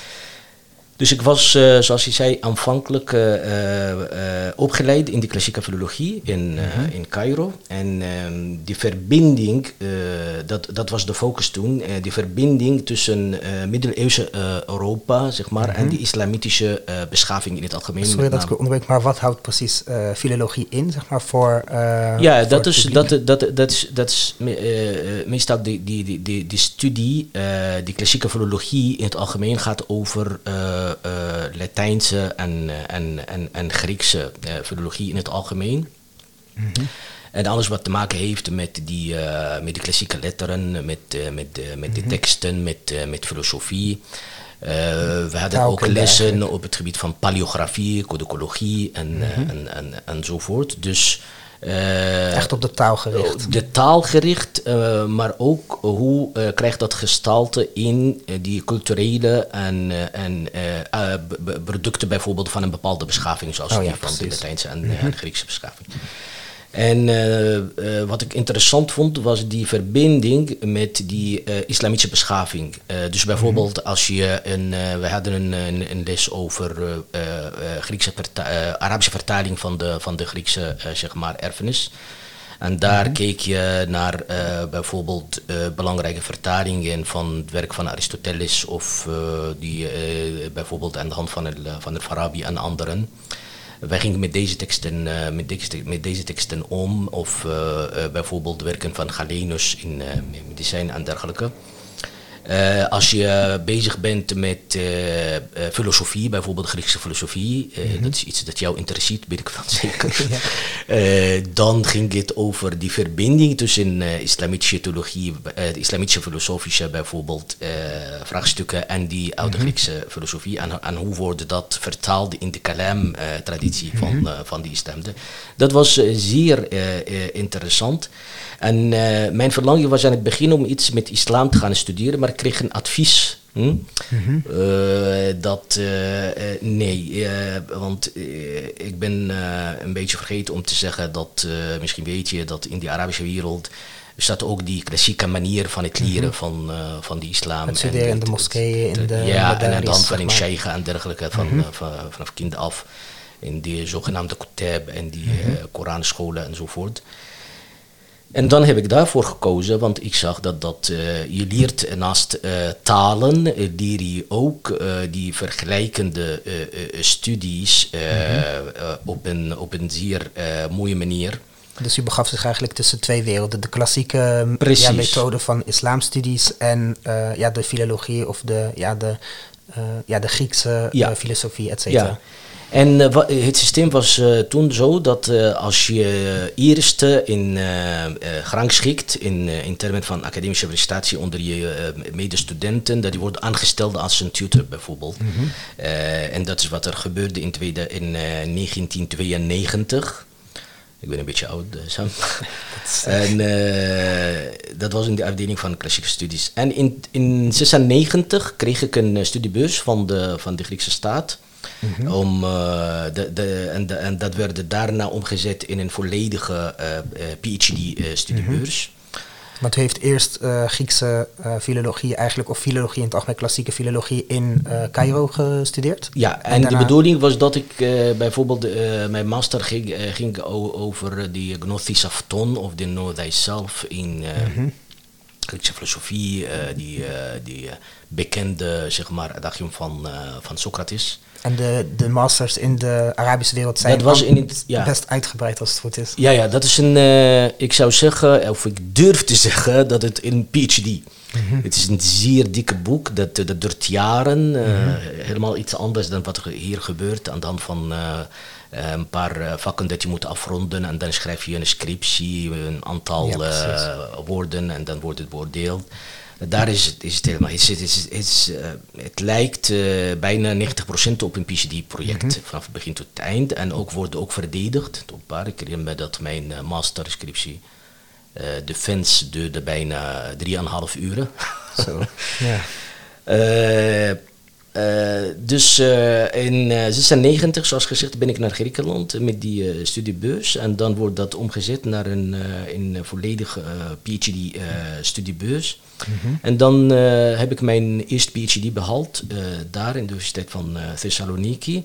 Dus ik was, uh, zoals je zei, aanvankelijk uh, uh, opgeleid in de klassieke filologie in, uh, mm-hmm. in Cairo. En uh, die verbinding, uh, dat, dat was de focus toen, uh, die verbinding tussen uh, middeleeuwse uh, Europa, zeg maar, mm-hmm. en die islamitische uh, beschaving in het algemeen. Sorry dat ik u onderbreek, maar wat houdt precies uh, filologie in, zeg maar, voor uh, Ja, voor dat, is, dat, dat, dat is, dat is uh, meestal die, die, die, die, die studie, uh, die klassieke filologie in het algemeen gaat over Uh, Uh, Latijnse en, en, en, en Griekse uh, filologie in het algemeen. Mm-hmm. En alles wat te maken heeft met, die, uh, met de klassieke letteren, met, uh, met, uh, met mm-hmm. de teksten, met, uh, met filosofie. Uh, we hadden Taalkunde ook lessen eigenlijk op het gebied van paleografie, codicologie en, mm-hmm. uh, en, en, enzovoort. Dus Uh, echt op de taal gericht. De taal gericht, uh, maar ook uh, hoe uh, krijgt dat gestalte in uh, die culturele en, uh, en uh, uh, b- producten bijvoorbeeld van een bepaalde beschaving, zoals oh, die ja, van de Latijnse en mm-hmm. uh, Griekse beschaving. En uh, uh, wat ik interessant vond, was die verbinding met die uh, islamitische beschaving. Uh, dus bijvoorbeeld mm-hmm. als je een, uh, we hadden een, een, een les over uh, uh, Griekse verta- uh, Arabische vertaling van de, van de Griekse uh, zeg maar erfenis. En daar mm-hmm. keek je naar uh, bijvoorbeeld uh, belangrijke vertalingen van het werk van Aristoteles of uh, die uh, bijvoorbeeld aan de hand van, el, van el Farabi en anderen. Wij gingen met deze teksten, uh, met deze, met deze teksten om, of uh, uh, bijvoorbeeld werken van Galenus in uh, medicijn en dergelijke. Uh, als je bezig bent met uh, uh, filosofie, bijvoorbeeld Griekse filosofie, uh, mm-hmm. dat is iets dat jou interesseert, weet ik van zeker. Ja. uh, dan ging het over die verbinding tussen uh, islamitische theologie, uh, de islamitische filosofische bijvoorbeeld uh, vraagstukken en die oude mm-hmm. Griekse filosofie. En, en hoe wordt dat vertaald in de kalam-traditie uh, mm-hmm. van, uh, van de islam. Dat was uh, zeer uh, uh, interessant. En uh, mijn verlangen was aan het begin om iets met islam te gaan studeren, maar ik kreeg een advies. Hm? Mm-hmm. Uh, dat, uh, uh, nee, uh, want uh, ik ben uh, een beetje vergeten om te zeggen dat, uh, misschien weet je, dat in de Arabische wereld bestaat ook die klassieke manier van het leren mm-hmm. van, uh, van de islam. Het studeren in de moskeeën, in de Ja, en aan de hand van een sheikha en dergelijke, van, mm-hmm. uh, van, vanaf kind af. In die zogenaamde kutab en die mm-hmm. uh, Koranscholen enzovoort. En dan heb ik daarvoor gekozen, want ik zag dat, dat uh, je leert naast uh, talen, uh, leer je ook uh, die vergelijkende uh, uh, studies uh, mm-hmm. uh, op, een, op een zeer uh, mooie manier. Dus u begaf zich eigenlijk tussen twee werelden. De klassieke ja, methode van islamstudies en uh, ja, de filologie of de, ja, de, uh, ja, de Griekse ja. uh, filosofie, et cetera. Ja. En uh, het systeem was uh, toen zo dat uh, als je eerst in uh, uh, gerangschikt in, uh, in termen van academische prestatie onder je uh, medestudenten, dat die worden aangesteld als een tutor bijvoorbeeld. Mm-hmm. Uh, en dat is wat er gebeurde in, tweede, in uh, negentien tweeënnegentig. Ik ben een beetje oud, uh, Sam. En uh, dat was in de afdeling van klassieke studies. En in, in zesennegentig kreeg ik een uh, studiebeurs van de, van de Griekse staat. Mm-hmm. Om, uh, de, de, en, de, en dat werd daarna omgezet in een volledige uh, uh, P H D-studiebeurs. Mm-hmm. Want u heeft eerst uh, Griekse uh, filologie eigenlijk, of filologie in het algemeen, klassieke filologie in uh, Cairo gestudeerd? Ja, en, en daarna... de bedoeling was dat ik uh, bijvoorbeeld, uh, mijn master ging, uh, ging over die Gnosis Afton of de Know Thyself in uh, mm-hmm. Griekse filosofie, uh, die, uh, die uh, bekende, zeg maar, adagium van, uh, van Socrates. En de, de masters in de Arabische wereld zijn dat was in het, ja. best uitgebreid als het goed is. Ja, ja, dat is een, uh, ik zou zeggen, of ik durf te zeggen, dat het een P H D. Mm-hmm. Het is een zeer dikke boek, dat, dat duurt jaren, uh, mm-hmm. helemaal iets anders dan wat er hier gebeurt. Aan de hand van uh, een paar uh, vakken dat je moet afronden en dan schrijf je een scriptie, een aantal ja, uh, woorden en dan wordt het beoordeeld. Daar is het, is het helemaal. Het, is, het, is, het, is, uh, het lijkt uh, bijna negentig procent op een P H D-project, mm-hmm. vanaf het begin tot het eind. En ook wordt ook verdedigd. Tot een paar keer met dat mijn uh, masterscriptie, uh, de fans duurde bijna drieënhalf uur. Zo, ja. Uh, Uh, dus uh, in zesennegentig, uh, zoals gezegd, ben ik naar Griekenland met die uh, studiebeurs. En dan wordt dat omgezet naar een, uh, een volledige uh, P H D-studiebeurs. Uh, mm-hmm. En dan uh, heb ik mijn eerste P H D behaald, uh, daar in de Universiteit van uh, Thessaloniki.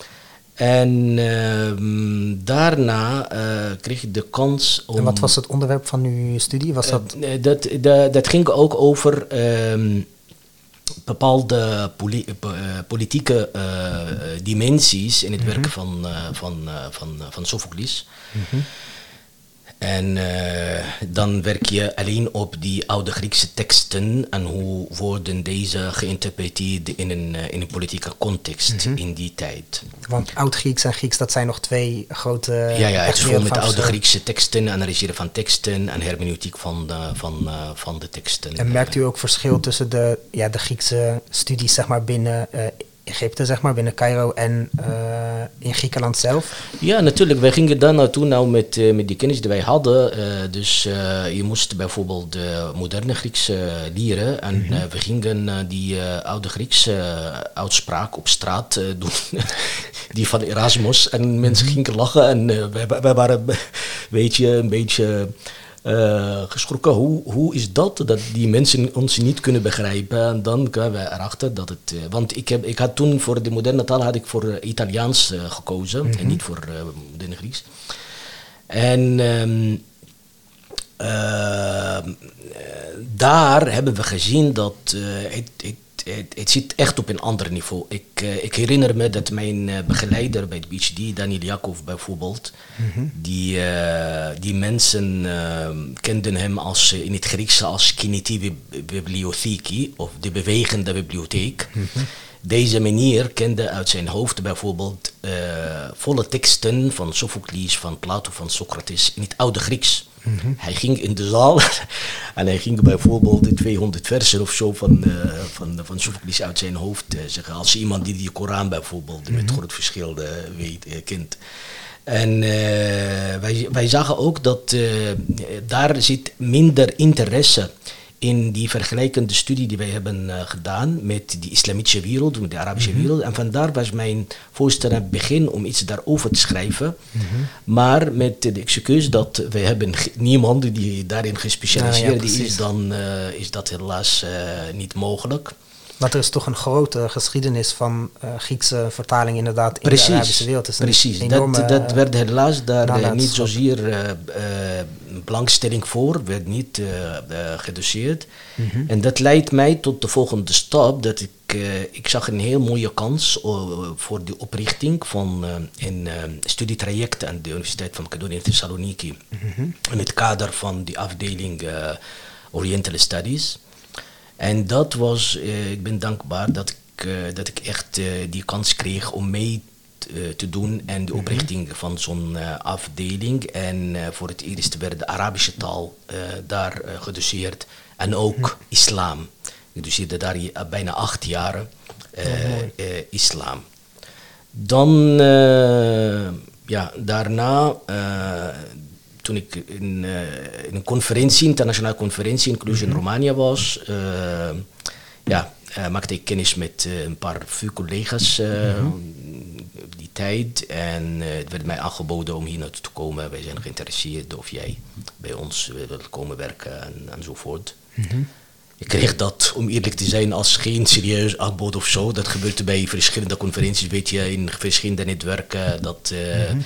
En uh, daarna uh, kreeg ik de kans om... En wat was het onderwerp van uw studie? Was dat... Uh, dat, dat, dat ging ook over... Um, bepaalde poli- uh, politieke uh, dimensies in het mm-hmm. werk van, uh, van, uh, van, uh, van Sophocles. Mm-hmm. En uh, dan werk je alleen op die oude Griekse teksten en hoe worden deze geïnterpreteerd in een, uh, in een politieke context mm-hmm. in die tijd. Want oud-Grieks en Grieks, dat zijn nog twee grote... Ja, ja, het is vol met oude Griekse teksten, analyseren van teksten en hermeneutiek van de, van, uh, van de teksten. En merkt u ook verschil tussen de, ja, de Griekse studies zeg maar, binnen... Uh, Egypte, zeg maar, binnen Cairo en uh, in Griekenland zelf? Ja, natuurlijk. Wij gingen daar naartoe nou met, uh, met die kennis die wij hadden. Uh, dus uh, je moest bijvoorbeeld de moderne Grieks uh, leren. En mm-hmm. uh, we gingen uh, die uh, oude Griekse uh, uitspraak op straat uh, doen. Die van Erasmus. En mensen mm-hmm. gingen lachen. En uh, wij, wij waren, weet je, een beetje... Uh, geschrokken, hoe, hoe is dat, dat die mensen ons niet kunnen begrijpen? En dan kwamen we erachter dat het... Uh, want ik, heb, ik had toen voor de moderne taal had ik voor uh, Italiaans uh, gekozen mm-hmm. en niet voor uh, moderne Grieks. En um, uh, daar hebben we gezien dat uh, het, het, het, het zit echt op een ander niveau. Ik, uh, ik herinner me dat mijn uh, begeleider bij het P H D, Daniel Yakov bijvoorbeeld, mm-hmm. die, uh, die mensen uh, kenden hem als, uh, in het Grieks als kineti bibliotheki, of de bewegende bibliotheek. Mm-hmm. Deze meneer kende uit zijn hoofd bijvoorbeeld uh, volle teksten van Sophocles, van Plato, van Socrates in het oude Grieks. Mm-hmm. Hij ging in de zaal en hij ging bijvoorbeeld de tweehonderd versen of zo van, uh, van, van Sophocles uit zijn hoofd uh, zeggen. Als iemand die de Koran bijvoorbeeld mm-hmm. met groot verschil uh, weet, uh, kent. En uh, wij, wij zagen ook dat uh, daar zit minder interesse in die vergelijkende studie die wij hebben uh, gedaan met die islamitische wereld, met de Arabische mm-hmm. wereld. En vandaar was mijn voorstel aan het begin om iets daarover te schrijven. Mm-hmm. Maar met de excuus dat wij hebben niemand die daarin gespecialiseerd nou, ja, is, dan uh, is dat helaas uh, niet mogelijk. Want er is toch een grote geschiedenis van uh, Griekse vertaling inderdaad in precies, de Arabische wereld. Dus precies, enorme, dat, dat werd helaas daar uh, niet zozeer uh, uh, belangstelling voor, werd niet uh, uh, gedoseerd. Mm-hmm. En dat leidt mij tot de volgende stap, dat ik, uh, ik zag een heel mooie kans uh, voor de oprichting van uh, een uh, studietraject aan de Universiteit van Macedonië in Thessaloniki. Mm-hmm. In het kader van die afdeling uh, Oriental Studies. En dat was, uh, ik ben dankbaar dat ik, uh, dat ik echt uh, die kans kreeg om mee t, uh, te doen en de oprichting mm-hmm. van zo'n uh, afdeling. En uh, voor het eerst werd de Arabische taal uh, daar uh, gedoseerd en ook mm-hmm. islam. Ik doseerde daar uh, bijna acht jaren uh, oh, uh, islam. Dan, uh, ja, daarna... Uh, Toen ik in, uh, in een conferentie, internationale conferentie in Cluj in mm-hmm. Romanië was, uh, ja, uh, maakte ik kennis met uh, een paar V U-collega's uh, mm-hmm. die tijd. En uh, het werd mij aangeboden om hier naartoe te komen. Wij zijn geïnteresseerd of jij bij ons wilt komen werken en, enzovoort. Mm-hmm. Ik kreeg dat, om eerlijk te zijn, als geen serieus aanbod of zo. Dat gebeurt bij verschillende conferenties, weet je, in verschillende netwerken. Dat... Uh, mm-hmm.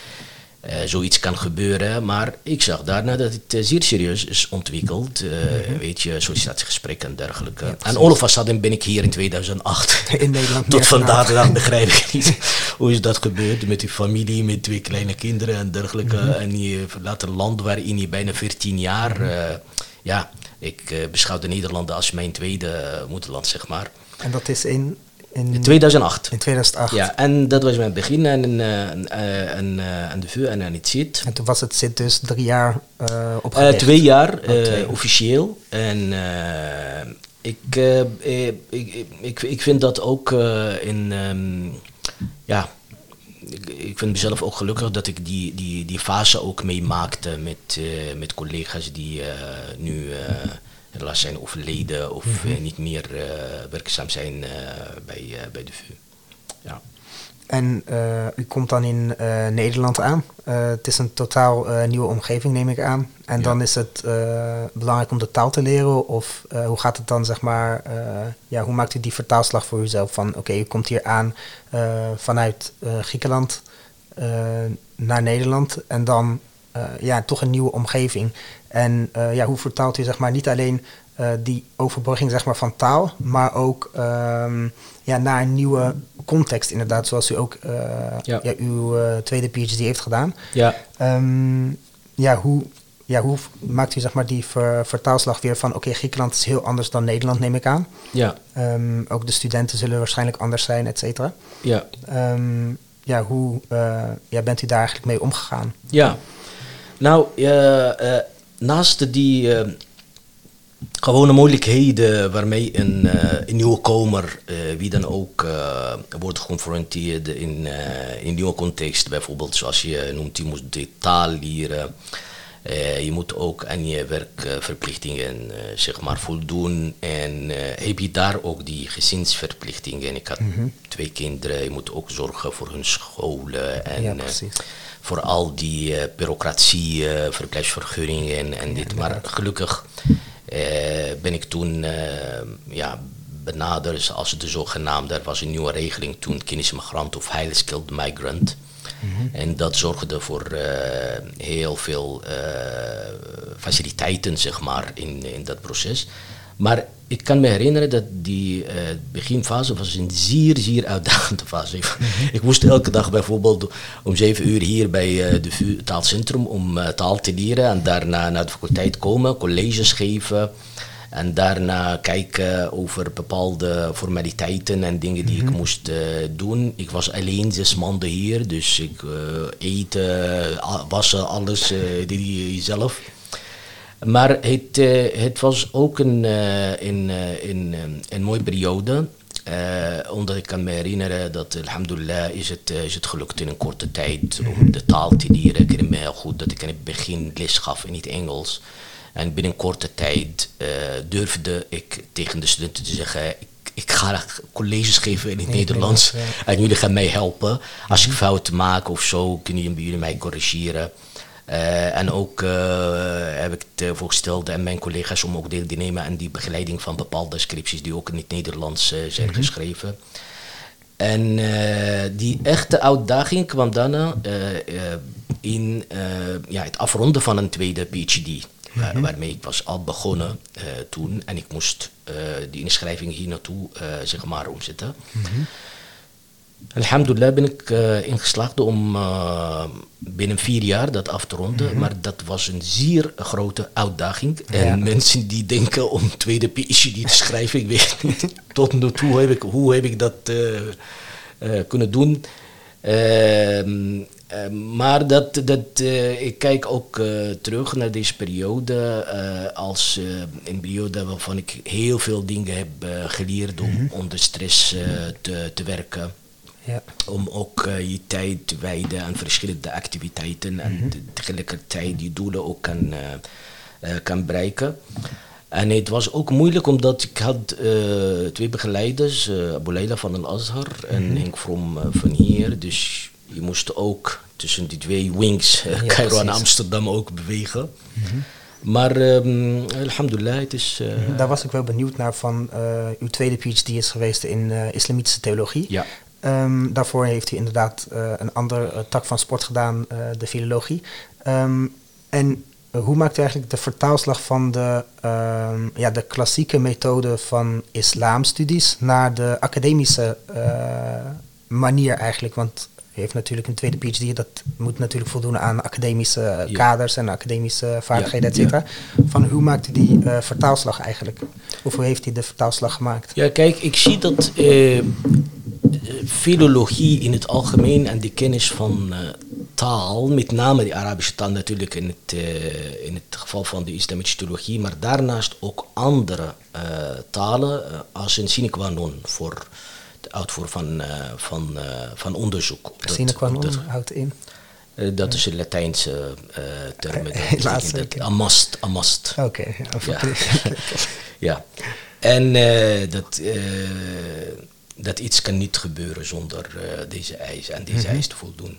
Uh, zoiets kan gebeuren, maar ik zag daarna dat het uh, zeer serieus is ontwikkeld. Uh, mm-hmm. Weet je, sollicitatiegesprekken en dergelijke. Ja, en all of a sudden ben ik hier in tweeduizend acht. In Nederland. Tot vandaag de dag begrijp ik niet hoe is dat gebeurd met die familie, met twee kleine kinderen en dergelijke. Mm-hmm. En je verlaat een land waarin je bijna veertien jaar... Uh, ja, ik uh, beschouw de Nederlanden als mijn tweede uh, moederland, zeg maar. En dat is in... In tweeduizend acht. In tweeduizend acht. Ja, en dat was mijn begin aan, uh, aan, uh, aan de V U en aan het C I T. En toen was het C I T dus drie jaar uh, opgericht? Uh, twee jaar, uh, oh, twee. officieel. En uh, ik, uh, ik, ik, ik, ik vind dat ook uh, in... Um, ja, ik, ik vind mezelf ook gelukkig dat ik die, die, die fase ook meemaakte met, uh, met collega's die uh, nu... Uh, helaas zijn overleden of mm-hmm. uh, niet meer uh, werkzaam zijn uh, bij, uh, bij de V U. Ja. En uh, u komt dan in uh, Nederland aan. Uh, het is een totaal uh, nieuwe omgeving, neem ik aan. En ja. dan is het uh, belangrijk om de taal te leren? Of uh, hoe gaat het dan, zeg maar... Uh, ja, hoe maakt u die vertaalslag voor uzelf? Van, oké, okay, u komt hier aan uh, vanuit uh, Griekenland uh, naar Nederland. En dan uh, ja, toch een nieuwe omgeving. En uh, ja, hoe vertaalt u, zeg maar, niet alleen uh, die overbrugging, zeg maar, van taal, maar ook um, ja, naar een nieuwe context, inderdaad, zoals u ook uh, ja. Ja, uw uh, tweede P H D heeft gedaan. Ja. Um, ja, hoe, ja, hoe maakt u, zeg maar, die ver, vertaalslag weer van, oké, okay, Griekenland is heel anders dan Nederland, neem ik aan. Ja. Um, ook de studenten zullen waarschijnlijk anders zijn, et cetera. Ja. Um, ja, hoe uh, ja, bent u daar eigenlijk mee omgegaan? Ja, nou, uh, uh, naast die uh, gewone moeilijkheden waarmee een, uh, een nieuwkomer, uh, wie dan ook, uh, wordt geconfronteerd in uh, in een nieuwe context, bijvoorbeeld zoals je noemt, je moet de taal leren, uh, je moet ook aan je werkverplichtingen uh, zeg maar voldoen en uh, heb je daar ook die gezinsverplichtingen. Ik had mm-hmm. twee kinderen, je moet ook zorgen voor hun scholen en ja, precies. Uh, voor al die uh, bureaucratie, uh, verblijfsvergunningen en, en dit. Maar gelukkig uh, ben ik toen uh, ja, benaderd als de zogenaamde, er was een nieuwe regeling toen, kennismigrant of highly skilled migrant. Mm-hmm. En dat zorgde voor uh, heel veel uh, faciliteiten, zeg maar, in, in dat proces. Maar ik kan me herinneren dat die uh, beginfase was een zeer, zeer uitdagende fase. Mm-hmm. Ik moest elke dag bijvoorbeeld om zeven uur hier bij uh, de V U taalcentrum om uh, taal te leren en daarna naar de faculteit komen, colleges geven en daarna kijken over bepaalde formaliteiten en dingen die mm-hmm. ik moest uh, doen. Ik was alleen zes maanden hier, dus ik uh, eten, wassen, alles uh, deed ik zelf. Maar het, uh, het was ook een, uh, een, uh, een, um, een mooie periode. Uh, omdat ik kan me herinneren dat, alhamdulillah, is het, uh, is het gelukt in een korte tijd om de taal te leren. Ik herinner me heel goed dat ik in het begin les gaf in het Engels. En binnen een korte tijd uh, durfde ik tegen de studenten te zeggen, ik, ik ga colleges geven in het nee, Nederlands. Nee, ja. En jullie gaan mij helpen. Als mm-hmm. ik fouten maak of zo, kunnen jullie mij corrigeren. Uh, en ook uh, heb ik het uh, voorgesteld aan mijn collega's om ook deel te nemen aan die begeleiding van bepaalde scripties die ook in het Nederlands uh, zijn mm-hmm. geschreven. En uh, die echte uitdaging kwam daarna uh, uh, in uh, ja, het afronden van een tweede P H D. Mm-hmm. Uh, waarmee ik was al begonnen uh, toen en ik moest uh, die inschrijving hier naartoe uh, zeg maar omzetten. Mm-hmm. Alhamdulillah ben ik uh, ingeslaagd om uh, binnen vier jaar dat af te ronden. Mm-hmm. Maar dat was een zeer grote uitdaging. Ja. En mensen die denken om tweede P H D te schrijven, ik weet niet tot nu toe heb ik, hoe heb ik dat uh, uh, kunnen doen. Uh, uh, maar dat, dat, uh, ik kijk ook uh, terug naar deze periode uh, als uh, een periode waarvan ik heel veel dingen heb uh, geleerd om mm-hmm. onder stress uh, te, te werken. Ja. Om ook uh, je tijd te wijden aan verschillende activiteiten en mm-hmm. tegelijkertijd die doelen ook kan, uh, uh, kan bereiken. En het was ook moeilijk omdat ik had uh, twee begeleiders, uh, Abu Leila van Al-Azhar mm-hmm. en Henk From uh, van hier. Dus je moest ook tussen die twee wings, uh, ja, Cairo en Amsterdam ook bewegen. Mm-hmm. Maar um, alhamdulillah, het is... Uh, Daar was ik wel benieuwd naar van uh, uw tweede P H D is geweest in uh, islamitische theologie. Ja. Um, daarvoor heeft u inderdaad uh, een andere uh, tak van sport gedaan, uh, de filologie. Um, en uh, hoe maakt u eigenlijk de vertaalslag van de, um, ja, de klassieke methode van islamstudies naar de academische uh, manier eigenlijk? Want u heeft natuurlijk een tweede P H D, dat moet natuurlijk voldoen aan academische ja. kaders en academische vaardigheden, ja. et cetera. Ja. Van hoe maakt u die uh, vertaalslag eigenlijk? Of hoe heeft u de vertaalslag gemaakt? Ja, kijk, ik zie dat... Uh, filologie in het algemeen en de kennis van uh, taal, met name de Arabische taal natuurlijk in het, uh, in het geval van de islamitische theologie, maar daarnaast ook andere uh, talen uh, als een sine qua non voor de uitvoer van, uh, van, uh, van onderzoek. Sine qua non houdt in? Uh, dat ja. is een Latijnse uh, term. Uh, amast, amast. Oké. Okay, ja. Ja. ja. En uh, dat... Uh, dat iets kan niet gebeuren zonder uh, deze eis en deze mm-hmm. eis te voldoen.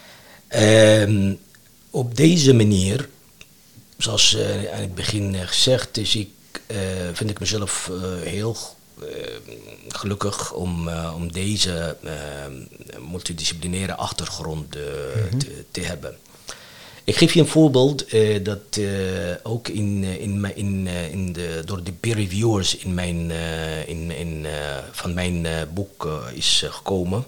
Um, op deze manier, zoals uh, aan het begin uh, gezegd is, ik, uh, vind ik mezelf uh, heel uh, gelukkig om, uh, om deze uh, multidisciplinaire achtergrond uh, mm-hmm. te, te hebben. Ik geef je een voorbeeld uh, dat uh, ook in, in, in, in de, door de peer reviewers in mijn, uh, in, in, uh, van mijn uh, boek uh, is uh, gekomen.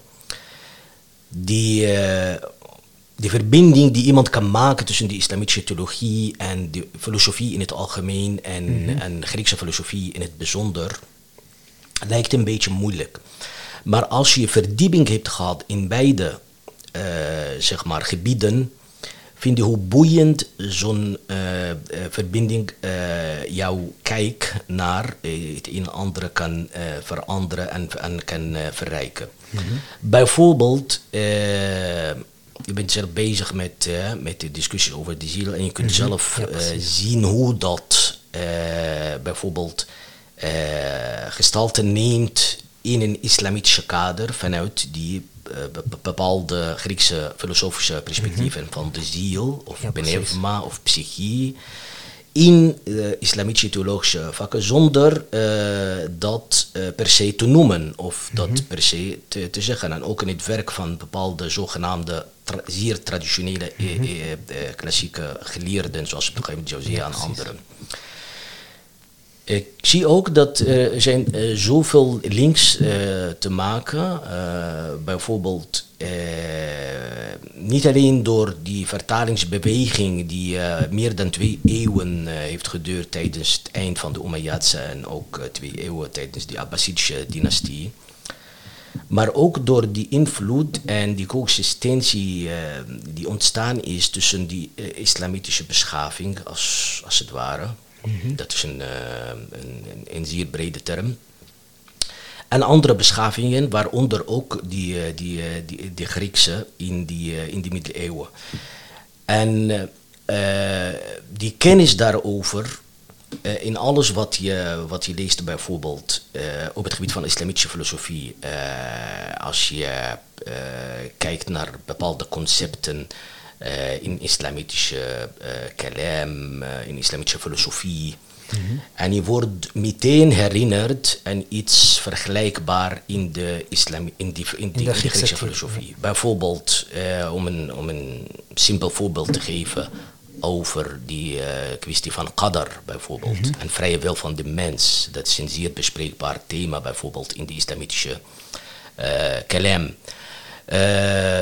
Die, uh, die verbinding die iemand kan maken tussen de islamitische theologie en de filosofie in het algemeen en, mm-hmm. en Griekse filosofie in het bijzonder, lijkt een beetje moeilijk. Maar als je verdieping hebt gehad in beide uh, zeg maar, gebieden, vind je hoe boeiend zo'n uh, uh, verbinding uh, jouw kijk naar uh, het een en andere kan uh, veranderen en, en kan uh, verrijken. Mm-hmm. Bijvoorbeeld, uh, je bent zelf bezig met, uh, met de discussie over de ziel en je kunt mm-hmm. zelf ja, uh, zien hoe dat uh, bijvoorbeeld uh, gestalte neemt in een islamitische kader vanuit die Uh, bepaalde Griekse filosofische perspectieven mm-hmm. van de ziel of ja, benevma of psychie in uh, islamitische theologische vakken zonder uh, dat uh, per se te noemen of mm-hmm. dat per se te, te zeggen. En ook in het werk van bepaalde zogenaamde tra- zeer traditionele mm-hmm. uh, uh, uh, klassieke geleerden zoals Ibn Qayyim al-Jawziyya en anderen. Ik zie ook dat uh, er zijn uh, zoveel links uh, te maken. Uh, bijvoorbeeld uh, niet alleen door die vertalingsbeweging die uh, meer dan twee eeuwen uh, heeft geduurd tijdens het eind van de Umayyadse en ook uh, twee eeuwen tijdens de Abbasidische dynastie. Maar ook door die invloed en die coexistentie uh, die ontstaan is tussen die uh, islamitische beschaving als, als het ware. Mm-hmm. Dat is een, uh, een, een, een zeer brede term. En andere beschavingen, waaronder ook die, uh, die, uh, die, die Griekse in die, uh, in die middeleeuwen. En uh, uh, die kennis daarover, uh, in alles wat je, wat je leest bijvoorbeeld uh, op het gebied van islamitische filosofie, uh, als je uh, kijkt naar bepaalde concepten, Uh, in islamitische uh, kalam, uh, in islamitische filosofie. Mm-hmm. En je wordt meteen herinnerd aan iets vergelijkbaar in de, islam, in die, in die, in de Griekse filosofie. Ja. Bijvoorbeeld, uh, om, een, om een simpel voorbeeld te geven over die uh, kwestie van qadar bijvoorbeeld. Mm-hmm. En vrije wil van de mens. Dat is een zeer bespreekbaar thema bijvoorbeeld in de islamitische uh, kalam. Uh,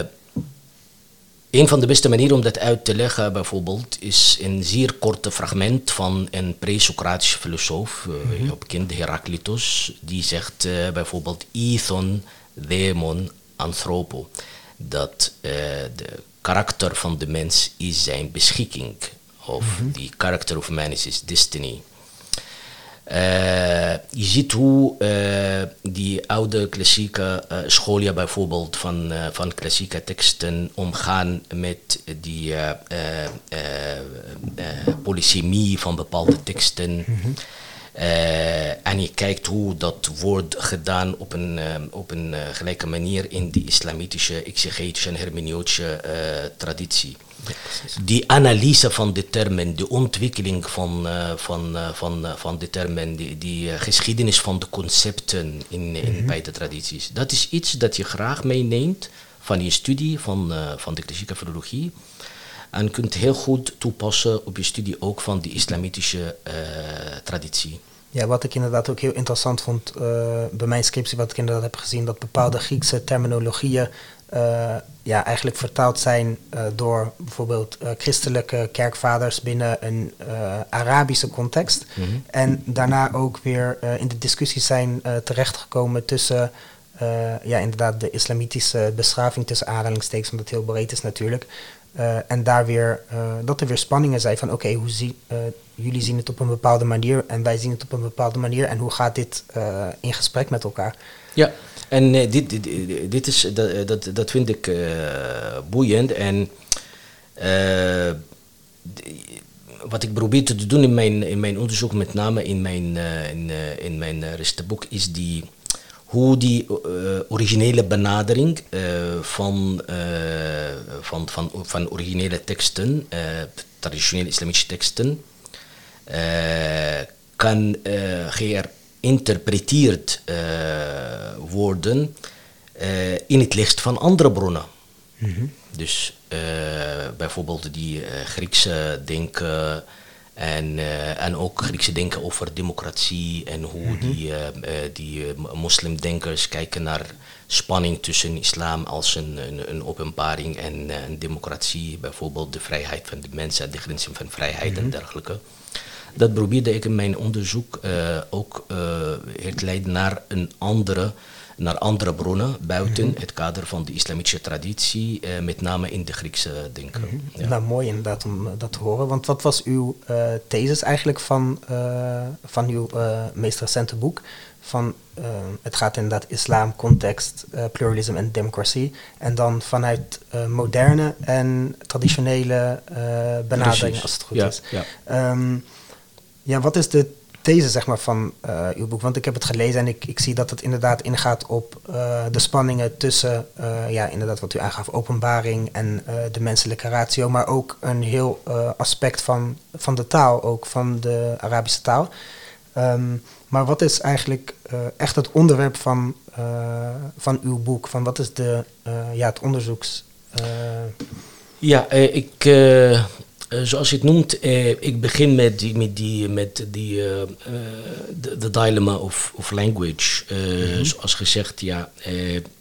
Een van de beste manieren om dat uit te leggen bijvoorbeeld is een zeer korte fragment van een pre-Socratische filosoof, uh, mm-hmm. heel bekend, Heraclitus, die zegt uh, bijvoorbeeld ethon, daemon, anthropo. Dat uh, de karakter van de mens is zijn beschikking, of mm-hmm. the character of man is his destiny. Uh, je ziet hoe uh, die oude klassieke uh, scholia bijvoorbeeld van, uh, van klassieke teksten omgaan met die uh, uh, uh, uh, polysemie van bepaalde teksten. Mm-hmm. Uh, en je kijkt hoe dat wordt gedaan op een, uh, op een uh, gelijke manier in die islamitische, exegetische en hermeneutische uh, traditie. Ja, die analyse van de termen, de ontwikkeling van, uh, van, uh, van, uh, van de termen, die, die uh, geschiedenis van de concepten in, mm-hmm. in beide tradities. Dat is iets dat je graag meeneemt van je studie van, uh, van de klassieke filologie. En kunt heel goed toepassen op je studie ook van de islamitische uh, traditie. Ja, wat ik inderdaad ook heel interessant vond uh, bij mijn scriptie, wat ik inderdaad heb gezien, dat bepaalde Griekse terminologieën uh, ja, eigenlijk vertaald zijn uh, door bijvoorbeeld uh, christelijke kerkvaders binnen een uh, Arabische context. Mm-hmm. En daarna ook weer uh, in de discussies zijn uh, terechtgekomen tussen uh, ja, inderdaad de islamitische beschaving, tussen aanhalingstekens, omdat het heel breed is natuurlijk. Uh, en daar weer, uh, dat er weer spanningen zijn van oké, okay, hoe zie, uh, jullie zien het op een bepaalde manier en wij zien het op een bepaalde manier en hoe gaat dit uh, in gesprek met elkaar? Ja, en uh, dit, dit, dit is, dat, dat, dat vind ik uh, boeiend en uh, wat ik probeer te doen in mijn, in mijn onderzoek, met name in mijn, uh, in, uh, in mijn uh, restenboek, is die hoe die uh, originele benadering uh, van, uh, van, van, van originele teksten, uh, traditionele islamitische teksten, uh, kan uh, geïnterpreteerd uh, worden uh, in het licht van andere bronnen. Mm-hmm. Dus uh, bijvoorbeeld die uh, Griekse denken. En, uh, en ook Griekse denken over democratie en hoe mm-hmm. die, uh, uh, die uh, moslimdenkers kijken naar spanning tussen islam als een, een, een openbaring en uh, een democratie. Bijvoorbeeld de vrijheid van de mensen, de grenzen van vrijheid mm-hmm. en dergelijke. Dat probeerde ik in mijn onderzoek uh, ook uh, te leiden naar een andere, naar andere bronnen buiten mm-hmm. het kader van de islamitische traditie, uh, met name in de Griekse denken. Mm-hmm. Ja. Nou, mooi inderdaad om uh, dat te horen. Want wat was uw uh, thesis eigenlijk van, uh, van uw uh, meest recente boek? Van, uh, het gaat inderdaad islam, context, uh, pluralisme en democratie. En dan vanuit uh, moderne en traditionele uh, benaderingen, als het goed ja, is. Ja. Um, ja, wat is de these zeg maar, van uh, uw boek? Want ik heb het gelezen en ik, ik zie dat het inderdaad ingaat op uh, de spanningen tussen, uh, ja, inderdaad wat u aangaf, openbaring en uh, de menselijke ratio, maar ook een heel uh, aspect van, van de taal, ook van de Arabische taal. Um, maar wat is eigenlijk uh, echt het onderwerp van, uh, van uw boek? Van wat is de, uh, ja, het onderzoeks... Uh... Ja, uh, ik... Uh Uh, zoals je het noemt, uh, ik begin met die, met die, met die uh, uh, de, de dilemma of, of language. Uh, mm-hmm. Zoals gezegd, ja, uh, uh,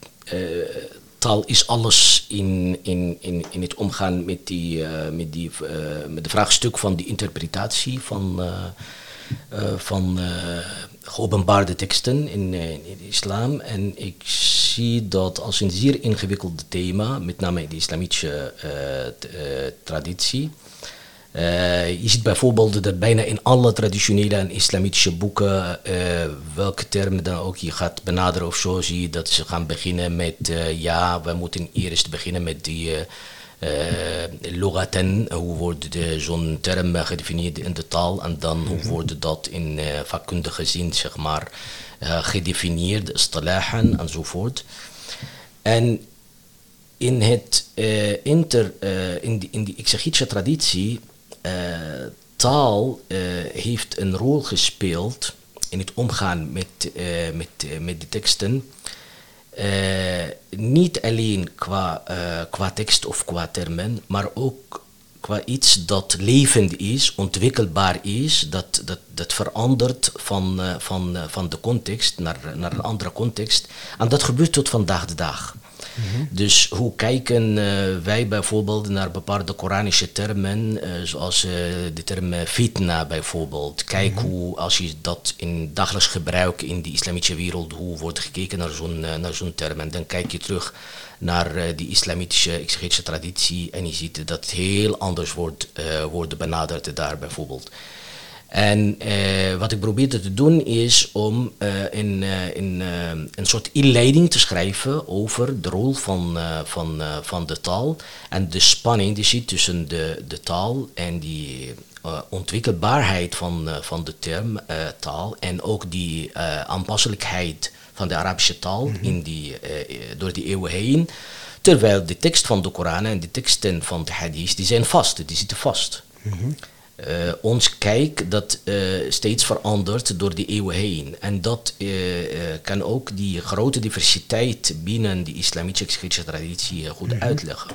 taal is alles in, in, in, in het omgaan met, die, uh, met, die, uh, met de vraagstuk van die interpretatie van, uh, uh, van uh, geopenbaarde teksten in, uh, in de islam. En ik zie dat als een zeer ingewikkeld thema, met name in de islamitische uh, t, uh, traditie. Uh, je ziet bijvoorbeeld dat bijna in alle traditionele en islamitische boeken, uh, welke termen dan ook je gaat benaderen of zo, zie je dat ze gaan beginnen met, uh, ja, we moeten eerst beginnen met die uh, uh, logatan, hoe wordt zo'n term gedefinieerd in de taal, en dan hoe wordt dat in uh, vakkundige zin, zeg maar, uh, gedefinieerd, istalahan enzovoort. En in het uh, inter, uh, in, die, in die exegetische traditie, uh, taal uh, heeft een rol gespeeld in het omgaan met, uh, met, uh, met de teksten. Uh, niet alleen qua, uh, qua tekst of qua termen, maar ook qua iets dat levend is, ontwikkelbaar is, dat, dat, dat verandert van, uh, van, uh, van de context naar, naar een andere context. En dat gebeurt tot vandaag de dag. Mm-hmm. Dus hoe kijken uh, wij bijvoorbeeld naar bepaalde Koranische termen, uh, zoals uh, de term fitna bijvoorbeeld. Kijk mm-hmm. hoe, als je dat in dagelijks gebruik in de islamitische wereld, hoe wordt gekeken naar zo'n, uh, naar zo'n term. En dan kijk je terug naar uh, die islamitische exegetische traditie en je ziet dat het heel anders wordt, uh, wordt benaderd daar bijvoorbeeld. En uh, wat ik probeerde te doen is om uh, in, uh, in, uh, een soort inleiding te schrijven over de rol van, uh, van, uh, van de taal en de spanning die zit tussen de, de taal en die uh, ontwikkelbaarheid van, uh, van de term uh, taal en ook die uh, aanpasselijkheid van de Arabische taal mm-hmm. in die, uh, door die eeuwen heen. Terwijl de tekst van de Koran en de teksten van de hadith, die zijn vast, die zitten vast. Mm-hmm. Uh, ons kijk dat uh, steeds verandert door de eeuwen heen. En dat uh, uh, kan ook die grote diversiteit binnen de islamitische exegetische traditie uh, goed mm-hmm. uitleggen.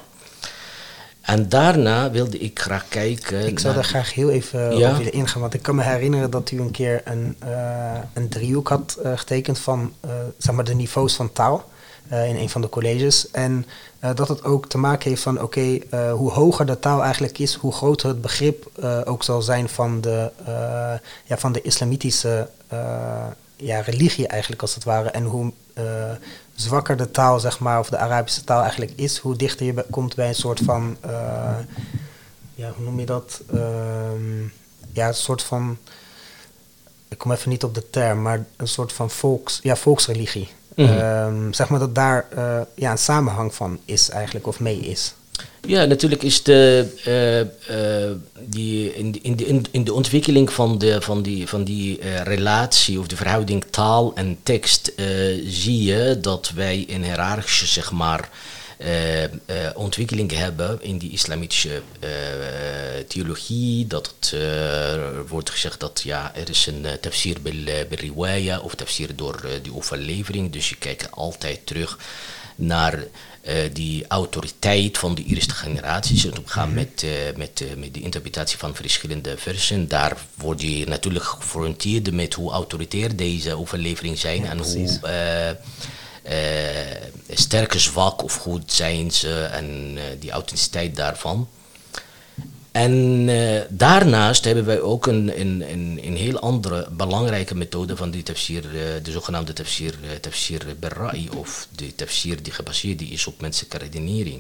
En daarna wilde ik graag kijken... Ik zou daar graag heel even ja? op willen ingaan. Want ik kan me herinneren dat u een keer een, uh, een driehoek had uh, getekend van uh, zeg maar de niveaus van taal. Uh, in een van de colleges. En uh, dat het ook te maken heeft van oké, okay, uh, hoe hoger de taal eigenlijk is, hoe groter het begrip uh, ook zal zijn van de, uh, ja, van de islamitische uh, ja, religie eigenlijk als het ware. En hoe uh, zwakker de taal, zeg maar, of de Arabische taal eigenlijk is, hoe dichter je be- komt bij een soort van, uh, ja, hoe noem je dat? Uh, ja, een soort van, ik kom even niet op de term, maar een soort van volks, ja, volksreligie. Mm-hmm. Um, zeg maar dat daar uh, ja, een samenhang van is eigenlijk, of mee is. Ja, natuurlijk is de, uh, uh, die, in, de, in, de, in de ontwikkeling van, de, van die, van die uh, relatie of de verhouding taal en tekst uh, zie je dat wij een hiërarchische, zeg maar, Uh, uh, ontwikkeling hebben in die islamitische uh, theologie, dat het uh, wordt gezegd dat ja, er is een uh, tafsir bil, uh, bil riwaya of tafsir door uh, die overlevering, dus je kijkt altijd terug naar uh, die autoriteit van de eerste generaties en omgaan met, uh, met, uh, met de interpretatie van verschillende versen. Daar word je natuurlijk gefronteerd met hoe autoritair deze overlevering zijn ja, en precies. hoe uh, Uh, sterke, zwak of goed zijn ze en uh, die authenticiteit daarvan. En uh, daarnaast hebben wij ook een, een, een, een heel andere belangrijke methode van die tafsir, uh, de zogenaamde tafsir, uh, tafsir bil-ra'i of de tafsir die gebaseerd is op menselijke redenering.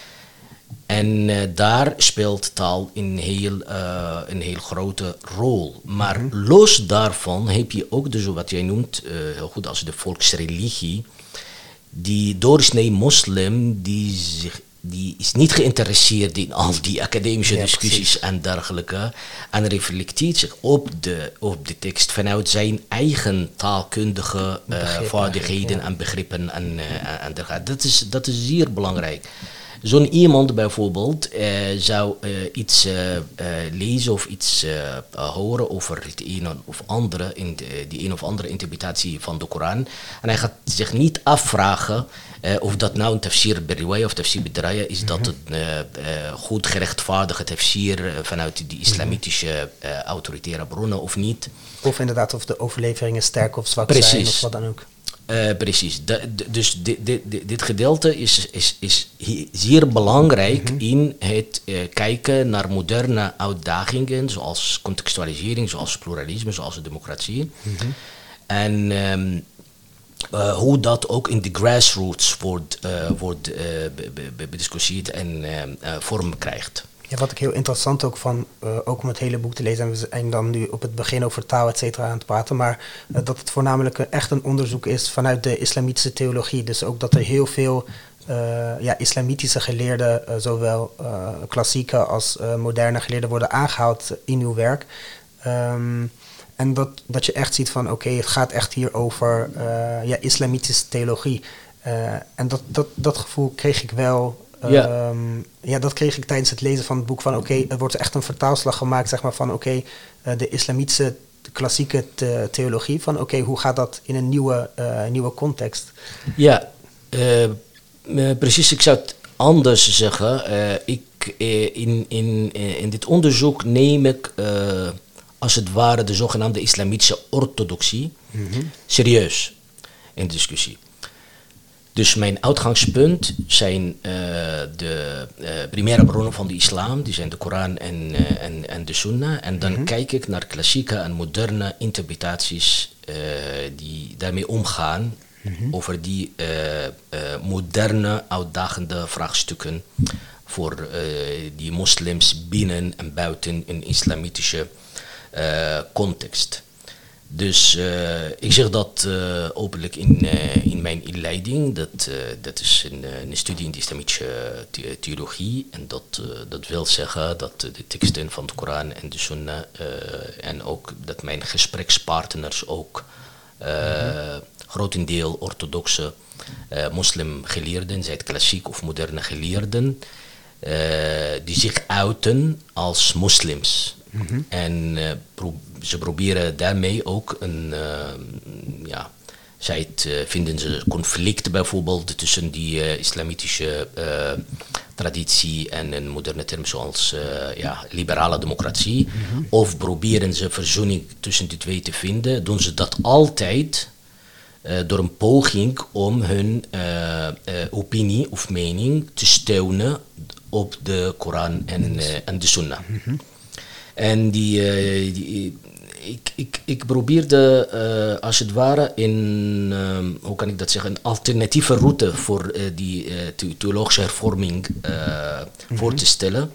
En uh, daar speelt taal een heel, uh, een heel grote rol. Maar mm-hmm. los daarvan heb je ook dus wat jij noemt, uh, heel goed als de volksreligie. Die doorsnee moslim, die, zich, die is niet geïnteresseerd in al die academische ja, discussies precies. en dergelijke. En reflecteert zich op de, op de tekst vanuit zijn eigen taalkundige uh, vaardigheden ja. en begrippen. En, uh, en dergelijke. Dat is, dat is zeer belangrijk. zo'n iemand bijvoorbeeld uh, zou uh, iets uh, uh, lezen of iets uh, uh, horen over het een of andere, in de, die een of andere interpretatie van de Koran. En hij gaat zich niet afvragen uh, of dat nou een tafsir bir-riwaya of tafsir bir-diraya is, mm-hmm. dat het uh, uh, goed gerechtvaardige tafsir uh, vanuit die islamitische uh, autoritaire bronnen of niet. Of inderdaad of de overleveringen sterk of zwak Precies. zijn of wat dan ook. Uh, precies. De, de, dus dit, dit, dit gedeelte is, is, is zeer belangrijk mm-hmm. in het uh, kijken naar moderne uitdagingen, zoals contextualisering, zoals pluralisme, zoals de democratie. Mm-hmm. En um, uh, hoe dat ook in de grassroots wordt, uh, wordt uh, bediscussieerd en uh, uh, vorm krijgt. Ja, wat ik heel interessant ook van, uh, ook om het hele boek te lezen, en we zijn dan nu op het begin over taal, et cetera, aan het praten, maar uh, dat het voornamelijk uh, echt een onderzoek is vanuit de islamitische theologie. Dus ook dat er heel veel uh, ja, islamitische geleerden, uh, zowel uh, klassieke als uh, moderne geleerden, worden aangehaald in uw werk. Um, en dat, dat je echt ziet van, oké, okay, het gaat echt hier over uh, ja, islamitische theologie. Uh, en dat, dat, dat gevoel kreeg ik wel. Ja. Um, ja, dat kreeg ik tijdens het lezen van het boek van oké, okay, er wordt echt een vertaalslag gemaakt, zeg maar, van oké, okay, uh, de islamitische de klassieke te- theologie, van oké, okay, hoe gaat dat in een nieuwe, uh, nieuwe context? Ja, uh, uh, precies, ik zou het anders zeggen. Uh, ik, uh, in, in, uh, in dit onderzoek neem ik uh, als het ware de zogenaamde islamitische orthodoxie mm-hmm. serieus in discussie. Dus mijn uitgangspunt zijn uh, de uh, primaire bronnen van de islam, die zijn de Koran en, uh, en, en de Sunnah. En dan mm-hmm. kijk ik naar klassieke en moderne interpretaties uh, die daarmee omgaan, mm-hmm. over die uh, uh, moderne, uitdagende vraagstukken voor uh, die moslims binnen en buiten een islamitische uh, context. Dus uh, ik zeg dat uh, openlijk in, uh, in mijn inleiding. Dat, uh, dat is een, een studie in de islamitische the- theologie. En dat, uh, dat wil zeggen dat de teksten van de Koran en de Sunnah uh, en ook dat mijn gesprekspartners ook uh, mm-hmm. grotendeel orthodoxe uh, moslimgeleerden, zij het klassiek of moderne geleerden, uh, die zich uiten als moslims. Mm-hmm. En uh, pro- ze proberen daarmee ook een, uh, ja, zij het, uh, vinden ze conflicten bijvoorbeeld tussen die uh, islamitische uh, traditie en een moderne term zoals uh, ja, liberale democratie. Mm-hmm. Of proberen ze verzoening tussen die twee te vinden, doen ze dat altijd uh, door een poging om hun uh, uh, opinie of mening te steunen op de Koran en, uh, en de Sunnah. Mm-hmm. En die, uh, die ik, ik, ik probeerde uh, als het ware in, uh, hoe kan ik dat zeggen, een alternatieve route voor uh, die uh, the- theologische hervorming uh, mm-hmm. voor te stellen.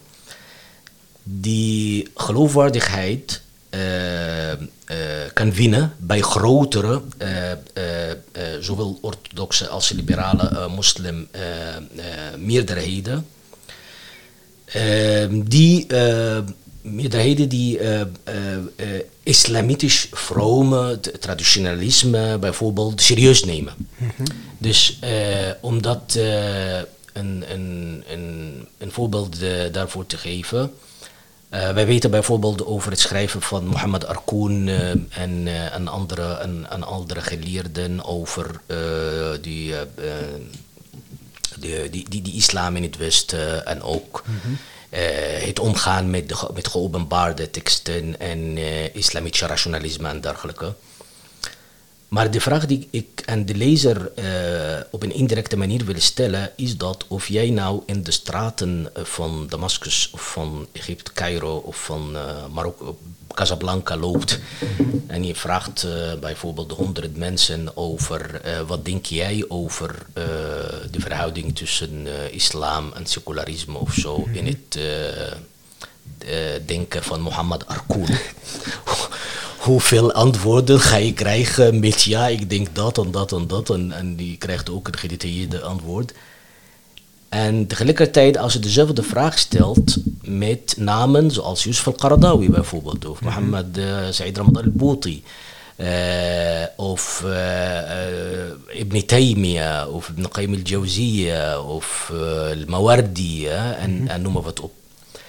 Die geloofwaardigheid uh, uh, kan winnen bij grotere, uh, uh, uh, zowel orthodoxe als liberale uh, moslim uh, uh, meerderheden. Uh, die uh, meerderheden die uh, uh, uh, islamitisch vrome traditionalisme bijvoorbeeld serieus nemen. Mm-hmm. Dus uh, om dat uh, een, een, een, een voorbeeld uh, daarvoor te geven. Uh, wij weten bijvoorbeeld over het schrijven van Mohammed Arkoun uh, en, uh, en, andere, en, en andere geleerden over uh, die, uh, die, die, die, die islam in het Westen en ook mm-hmm. uh, het omgaan met, de, met geopenbaarde teksten en uh, islamitische rationalisme en dergelijke. Maar de vraag die ik aan de lezer uh, op een indirecte manier wil stellen, is dat of jij nou in de straten van Damascus of van Egypte, Cairo of van uh, Marokko, Casablanca loopt en je vraagt uh, bijvoorbeeld honderd mensen over uh, wat denk jij over uh, de verhouding tussen uh, islam en secularisme of zo in het uh, uh, denken van Mohammed Arkoun. Hoeveel antwoorden ga je krijgen met ja, ik denk dat en dat en dat. En, en die krijgt ook een gedetailleerde antwoord. En tegelijkertijd, als je dezelfde vraag stelt met namen zoals Yusuf al-Qaradawi bijvoorbeeld, of Mohammed uh, Said Ramadan al-Bouti, Uh, of uh, uh, Ibn Taymiyyah, of Ibn Qayyim al-Jawziyya, of uh, al-Mawardi, uh, en, mm-hmm. en noem maar wat op.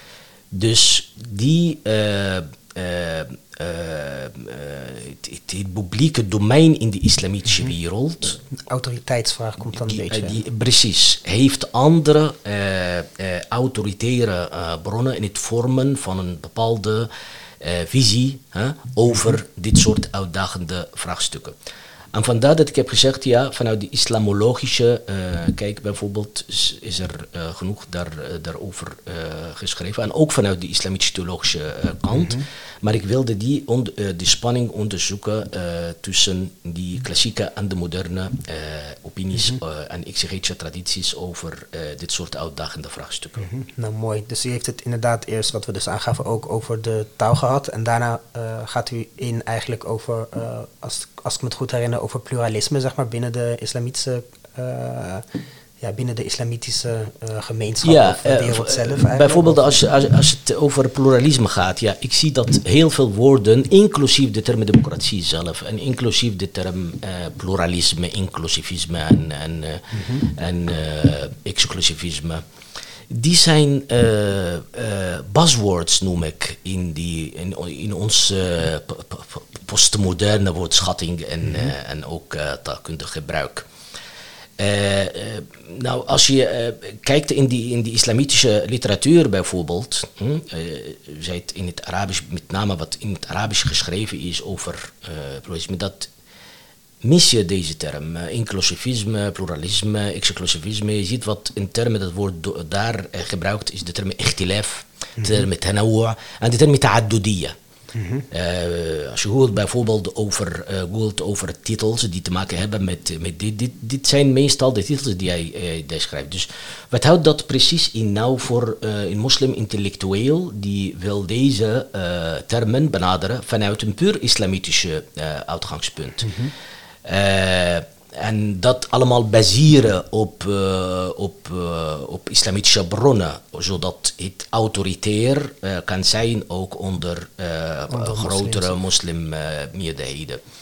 Dus die, uh, uh, uh, uh, het, het, het publieke domein in de islamitische mm-hmm. wereld... De autoriteitsvraag komt dan die, een beetje. Die, precies, heeft andere uh, uh, autoritaire uh, bronnen in het vormen van een bepaalde... Uh, visie hè, over dit soort uitdagende vraagstukken. En vandaar dat ik heb gezegd, ja, vanuit de islamologische uh, kijk bijvoorbeeld is, is er uh, genoeg daar, uh, daarover uh, geschreven. En ook vanuit de islamitische theologische uh, kant. Mm-hmm. Maar ik wilde die on, uh, die spanning onderzoeken uh, tussen die klassieke en de moderne uh, opinies mm-hmm. uh, en exegetische tradities over uh, dit soort uitdagende vraagstukken. Mm-hmm. Nou, mooi. Dus u heeft het inderdaad eerst, wat we dus aangaven, ook over de taal gehad. En daarna uh, gaat u in eigenlijk over, uh, als, als ik me het goed herinner, over pluralisme, zeg maar, binnen de islamitische, uh, ja, binnen de islamitische uh, gemeenschap ja, of de wereld uh, zelf. Eigenlijk. Bijvoorbeeld als, als, als het over pluralisme gaat, ja, ik zie dat heel veel woorden, inclusief de term democratie zelf, en inclusief de term uh, pluralisme, inclusivisme en, en, uh, mm-hmm. en uh, exclusivisme, die zijn uh, uh, buzzwords, noem ik, in, die, in, in ons uh, p- p- postmoderne woordschatting en, mm-hmm. uh, en ook uh, taalkundig gebruik. Uh, uh, nou, als je uh, kijkt in die, in die islamitische literatuur bijvoorbeeld, hm, uh, zei het in het Arabisch, met name wat in het Arabisch geschreven is over uh, pluralisme, dat mis je deze term, uh, inclusivisme, pluralisme, exclusivisme. Je ziet wat in termen, dat woord do- daar uh, gebruikt is de term ikhtilaf, de term tanawwu' en de term ta'addudiyya. Mm-hmm. Uh, als je googelt bijvoorbeeld over, uh, googelt over titels die te maken hebben met, met dit, dit, dit zijn meestal de titels die hij, uh, die hij schrijft. Dus wat houdt dat precies in nou voor uh, een moslim-intellectueel die wil deze uh, termen benaderen vanuit een puur islamitische uh, uitgangspunt? Mm-hmm. Uh, en dat allemaal baseren op, uh, op, uh, op islamitische bronnen, zodat het autoritair uh, kan zijn ook onder, uh, onder grotere moslimmeerderheden. Uh,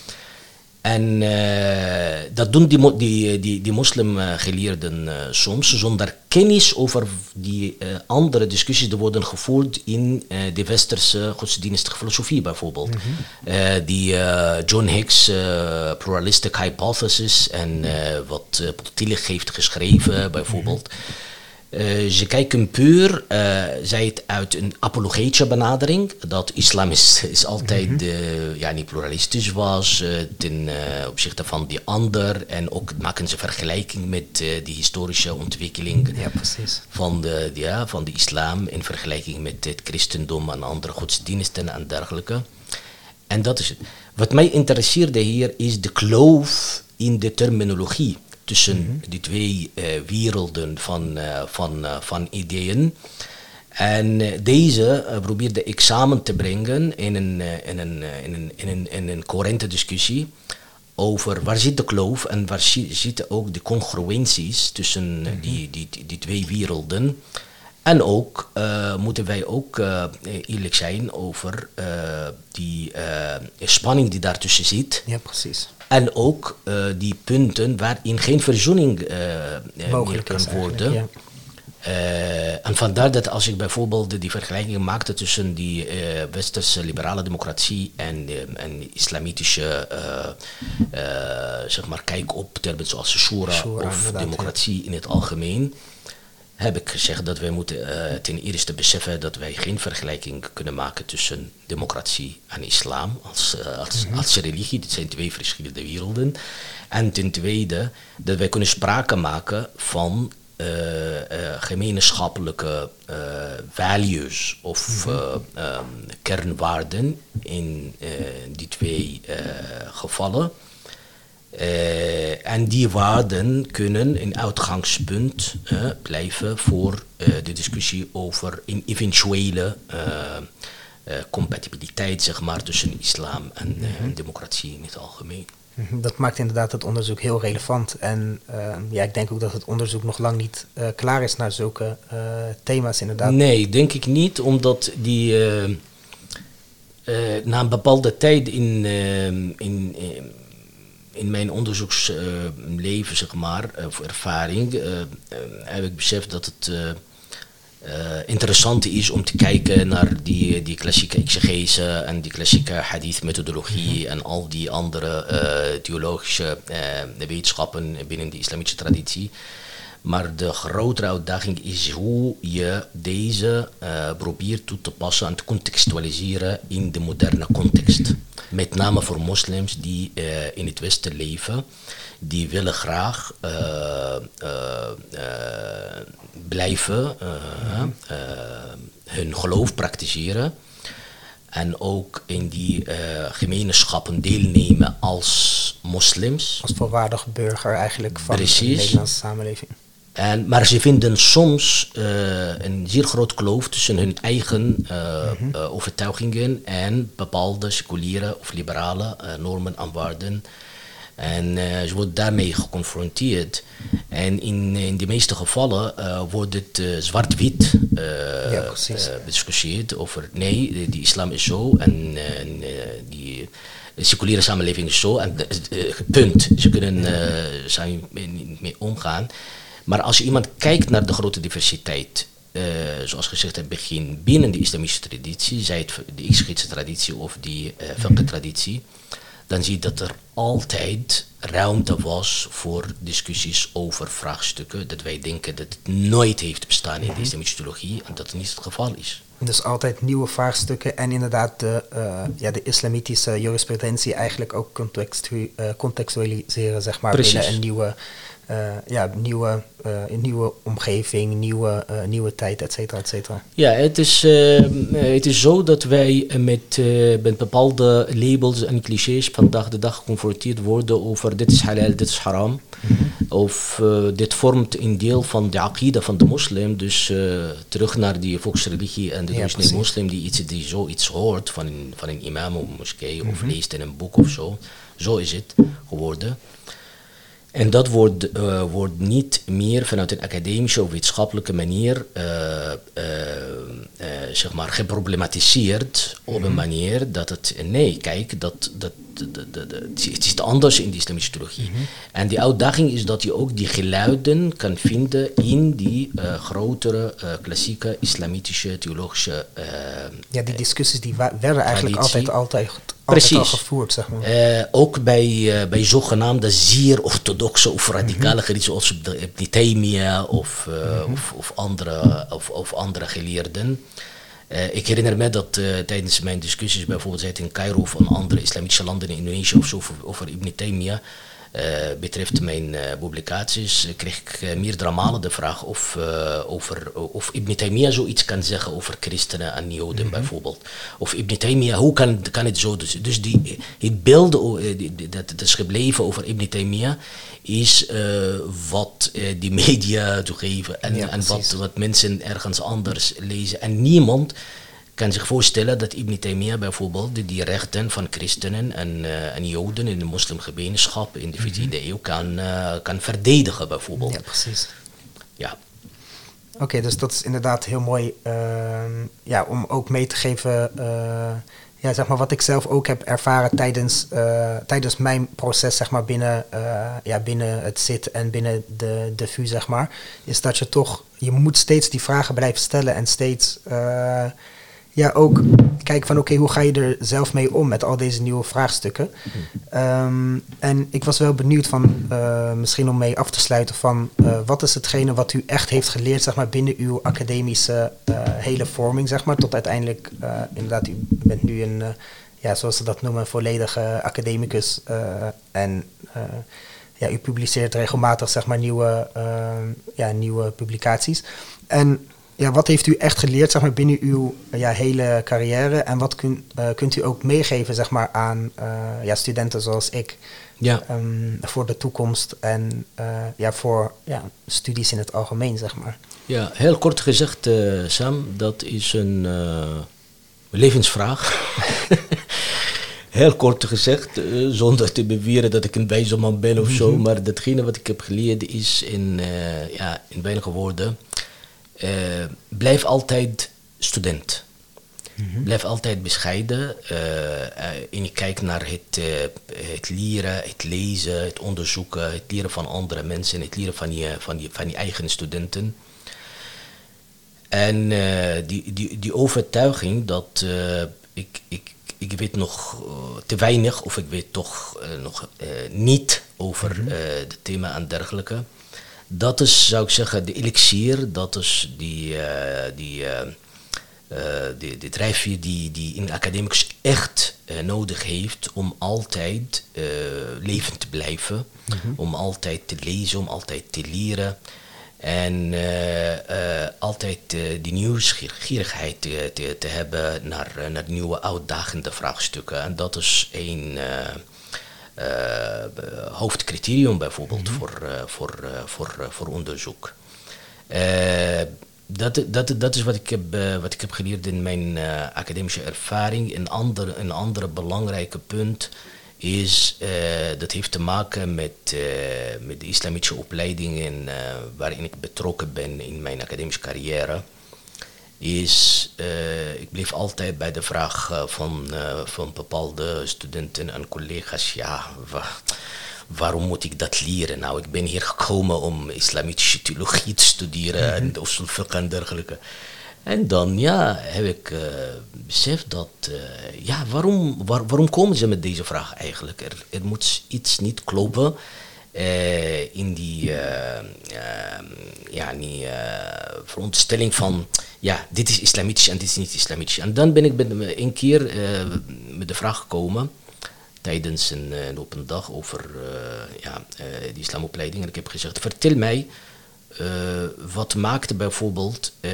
en uh, dat doen die, die, die, die moslimgeleerden uh, soms zonder kennis over die uh, andere discussies die worden gevoerd in uh, de westerse godsdienstige filosofie bijvoorbeeld. Mm-hmm. Uh, die uh, John Hicks uh, pluralistic hypothesis en uh, wat uh, Tillich heeft geschreven bijvoorbeeld. Mm-hmm. Uh, ze kijken puur, uh, zij het uit een apologetische benadering, dat islam is, is altijd mm-hmm. uh, ja, niet pluralistisch was uh, ten uh, opzichte van die ander, en ook maken ze vergelijking met uh, die historische ontwikkeling ja, precies. Van, de, ja, van de islam in vergelijking met het christendom en andere godsdiensten en dergelijke. En dat is het. Wat mij interesseerde hier is de kloof in de terminologie tussen mm-hmm. die twee uh, werelden van, uh, van, uh, van ideeën. En uh, deze uh, probeerde ik samen te brengen in een, uh, in, een, uh, in, een, in, een, in een coherente discussie over waar zit de kloof en waar zi- zitten ook de congruenties tussen uh, mm-hmm. die, die, die, die twee werelden. En ook uh, moeten wij ook uh, eerlijk zijn over uh, die uh, spanning die daartussen zit. Ja, precies. En ook uh, die punten waarin geen verzoening uh, meer kan worden. Ja. Uh, en vandaar dat als ik bijvoorbeeld die vergelijking maakte tussen die uh, westerse liberale democratie en, uh, en islamitische uh, uh, zeg maar, kijk op termen zoals shura, shura of democratie ja. in het algemeen, heb ik gezegd dat wij moeten uh, ten eerste beseffen dat wij geen vergelijking kunnen maken tussen democratie en islam als, uh, als, mm-hmm. als religie. Dit zijn twee verschillende werelden. En ten tweede dat wij kunnen sprake maken van uh, uh, gemeenschappelijke uh, values of mm-hmm. uh, um, kernwaarden in uh, die twee uh, gevallen. Uh, en die waarden kunnen een uitgangspunt uh, blijven voor uh, de discussie over een eventuele uh, uh, compatibiliteit, zeg maar, tussen islam en, uh, en democratie in het algemeen. Dat maakt inderdaad het onderzoek heel relevant. En uh, ja, ik denk ook dat het onderzoek nog lang niet uh, klaar is naar zulke uh, thema's inderdaad. Nee, denk ik niet, omdat die... Uh, uh, na een bepaalde tijd in, uh, in, uh, in mijn onderzoeksleven, uh, zeg maar, uh, of ervaring, uh, uh, heb ik beseft dat het uh, uh, interessant is om te kijken naar die, die klassieke exegese en die klassieke hadith-methodologie mm-hmm. en al die andere uh, theologische uh, wetenschappen binnen de islamitische traditie. Maar de grotere uitdaging is hoe je deze uh, probeert toe te passen en te contextualiseren in de moderne context. Met name voor moslims die uh, in het Westen leven, die willen graag uh, uh, uh, blijven uh, mm-hmm. uh, hun geloof praktiseren. En ook in die uh, gemeenschappen deelnemen als moslims. Als volwaardige burger eigenlijk van Precies. de Nederlandse samenleving. En, maar ze vinden soms uh, een zeer groot kloof tussen hun eigen uh, mm-hmm. uh, overtuigingen en bepaalde seculiere of liberale uh, normen en waarden. En uh, ze worden daarmee geconfronteerd. En in, in de meeste gevallen uh, wordt het uh, zwart-wit uh, ja, uh, bediscussieerd over nee, die, die islam is zo en, uh, en uh, die de seculiere samenleving is zo en uh, punt. Ze kunnen uh, zijn niet mee omgaan. Maar als je iemand kijkt naar de grote diversiteit, uh, zoals gezegd in het begin, binnen de islamitische traditie, zij het de exegetische traditie of die uh, fiqh traditie, dan zie je dat er altijd ruimte was voor discussies over vraagstukken dat wij denken dat het nooit heeft bestaan in de islamitische theologie en dat het niet het geval is. Dus altijd nieuwe vraagstukken en inderdaad de, uh, ja, de islamitische jurisprudentie eigenlijk ook contextu- uh, contextualiseren, zeg maar, Precies. binnen een nieuwe, uh, ja, nieuwe, uh, een nieuwe omgeving, nieuwe, uh, nieuwe tijd, et cetera, et cetera. Ja, het is, uh, het is zo dat wij met, uh, met bepaalde labels en clichés vandaag de dag geconfronteerd worden over dit is halal, dit is haram. Mm-hmm. Of uh, dit vormt een deel van de aqida van de moslim, dus uh, terug naar die volksreligie en de ja, doorsnee moslim die, iets, die zoiets hoort van een, van een imam of een moskee mm-hmm. of leest in een boek of zo. Zo is het geworden. En dat wordt, uh, wordt niet meer vanuit een academische of wetenschappelijke manier uh, uh, uh, zeg maar geproblematiseerd mm-hmm. op een manier dat het, nee, kijk, dat, dat, dat, dat, dat, het is anders in de islamitische theologie. Mm-hmm. En die uitdaging is dat je ook die geluiden kan vinden in die uh, grotere uh, klassieke islamitische theologische uh, ja, die discussies die wa- werden eigenlijk altijd, altijd, altijd Precies. al gevoerd, zeg maar. Uh, ook bij, uh, bij zogenaamde zeer orthodoxe of radicale mm-hmm. geleerden zoals Ibn Taymiyyah of, uh, mm-hmm. of, of, andere, of, of andere geleerden. Uh, ik herinner me dat uh, tijdens mijn discussies bijvoorbeeld in Cairo of in andere islamitische landen in Indonesië of zo over, over Ibn Taymiyyah uh, betreft mijn uh, publicaties, uh, kreeg ik uh, meerdere malen de vraag of, uh, over, uh, of Ibn Taymiyyah zoiets kan zeggen over christenen en joden mm-hmm. bijvoorbeeld. Of Ibn Taymiyyah, hoe kan, kan het zo? Dus, dus die, het beeld uh, die, die, dat, dat is gebleven over Ibn Taymiyyah is uh, wat uh, die media toegeven en, ja, en wat, wat mensen ergens anders lezen. En niemand kan zich voorstellen dat Ibn Taymiyyah bijvoorbeeld die, die rechten van christenen en, uh, en joden in de moslimgemeenschap in de veertiende mm-hmm. eeuw kan, uh, kan verdedigen bijvoorbeeld. Ja, precies. Ja. Oké, okay, dus dat is inderdaad heel mooi uh, ja, om ook mee te geven, uh, ja, zeg maar wat ik zelf ook heb ervaren tijdens, uh, tijdens mijn proces, zeg maar, binnen, uh, ja, binnen het Z I T en binnen de, de V U, zeg maar, is dat je toch, je moet steeds die vragen blijven stellen en steeds, uh, ja, ook kijken van oké, okay, hoe ga je er zelf mee om met al deze nieuwe vraagstukken? Mm. Um, en ik was wel benieuwd van, uh, misschien om mee af te sluiten van, uh, wat is hetgene wat u echt heeft geleerd, zeg maar, binnen uw academische uh, hele vorming, zeg maar, tot uiteindelijk, uh, inderdaad, u bent nu een, uh, ja, zoals ze dat noemen, volledige academicus uh, en uh, ja, u publiceert regelmatig, zeg maar, nieuwe, uh, ja, nieuwe publicaties. En ja, wat heeft u echt geleerd, zeg maar, binnen uw ja, hele carrière? En wat kun, uh, kunt u ook meegeven, zeg maar, aan uh, ja, studenten zoals ik ja. um, voor de toekomst en uh, ja, voor ja, studies in het algemeen, zeg maar? Ja, heel kort gezegd, uh, Sam, dat is een uh, levensvraag. Heel kort gezegd, uh, zonder te beweren dat ik een wijze man ben of zo, mm-hmm. maar datgene wat ik heb geleerd is in, uh, ja, in weinige woorden. Uh, blijf altijd student. Mm-hmm. Blijf altijd bescheiden. Uh, uh, en je kijkt naar het, uh, het leren, het lezen, het onderzoeken, het leren van andere mensen, het leren van je, van je, van je eigen studenten. En uh, die, die, die overtuiging dat uh, ik, ik, ik weet nog uh, te weinig of ik weet toch uh, nog uh, niet over mm-hmm. uh, het thema en dergelijke. Dat is, zou ik zeggen, de elixier, dat is die, uh, die, uh, uh, die, die drijfveer die, die een academicus echt uh, nodig heeft om altijd uh, levend te blijven, mm-hmm. om altijd te lezen, om altijd te leren. En uh, uh, altijd uh, die nieuwsgierigheid te, te, te hebben naar, uh, naar nieuwe uitdagende vraagstukken. En dat is een uh, uh, hoofdcriterium bijvoorbeeld mm-hmm. voor, uh, voor, uh, voor, uh, voor onderzoek. Uh, dat, dat, dat is wat ik heb, uh, wat ik heb geleerd in mijn uh, academische ervaring. Een andere, een andere belangrijke punt is, uh, dat heeft te maken met, uh, met de islamitische opleidingen uh, waarin ik betrokken ben in mijn academische carrière. Is, uh, ik bleef altijd bij de vraag uh, van, uh, van bepaalde studenten en collega's, ja, wa- waarom moet ik dat leren? Nou, ik ben hier gekomen om islamitische theologie te studeren mm-hmm. en usul fiqh en dergelijke. En dan ja, heb ik uh, beseft dat, uh, ja, waarom, waar, waarom komen ze met deze vraag eigenlijk? Er, er moet iets niet kloppen uh, in die, uh, uh, ja, die uh, veronderstelling van, ja, dit is islamitisch en dit is niet islamitisch. En dan ben ik met, een keer uh, met de vraag gekomen, tijdens een, een open dag over uh, ja, uh, die islamopleiding. En ik heb gezegd, vertel mij, Uh, wat maakte bijvoorbeeld uh,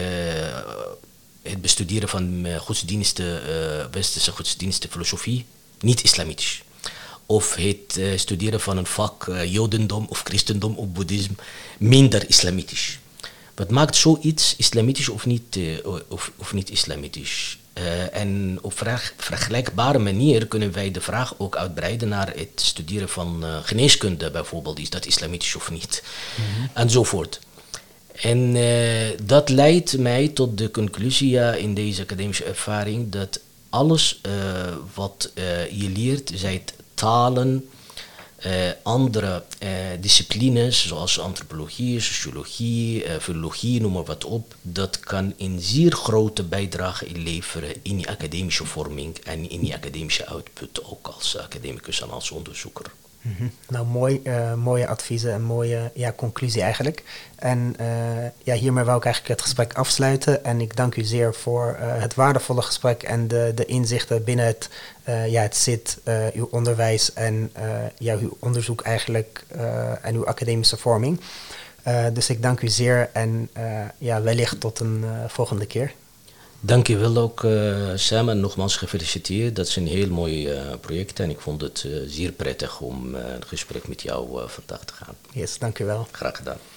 het bestuderen van uh, godsdiensten, uh, westerse godsdiensten, filosofie, niet islamitisch? Of het uh, studeren van een vak uh, jodendom of christendom of boeddhisme minder islamitisch? Wat maakt zoiets islamitisch of niet, uh, of, of niet islamitisch? Uh, en op vraag, vergelijkbare manier kunnen wij de vraag ook uitbreiden naar het studeren van uh, geneeskunde bijvoorbeeld. Is dat islamitisch of niet? Mm-hmm. Enzovoort. En uh, dat leidt mij tot de conclusie ja, in deze academische ervaring dat alles uh, wat uh, je leert, zij het talen, uh, andere uh, disciplines zoals antropologie, sociologie, uh, filologie, noem maar wat op, dat kan een zeer grote bijdrage inleveren in je academische vorming en in je academische output, ook als academicus en als onderzoeker. Mm-hmm. Nou, mooi, uh, mooie adviezen en mooie ja, conclusie eigenlijk. En uh, ja, hiermee wou ik eigenlijk het gesprek afsluiten. En ik dank u zeer voor uh, het waardevolle gesprek en de, de inzichten binnen het, uh, ja, het Z I T, uh, uw onderwijs en uh, ja, uw onderzoek eigenlijk uh, en uw academische vorming. Uh, dus ik dank u zeer en uh, ja, wellicht tot een uh, volgende keer. Dank je wel ook, uh, Sam, en nogmaals gefeliciteerd. Dat is een heel mooi uh, project en ik vond het uh, zeer prettig om uh, een gesprek met jou uh, vandaag te gaan. Yes, dank u wel. Graag gedaan.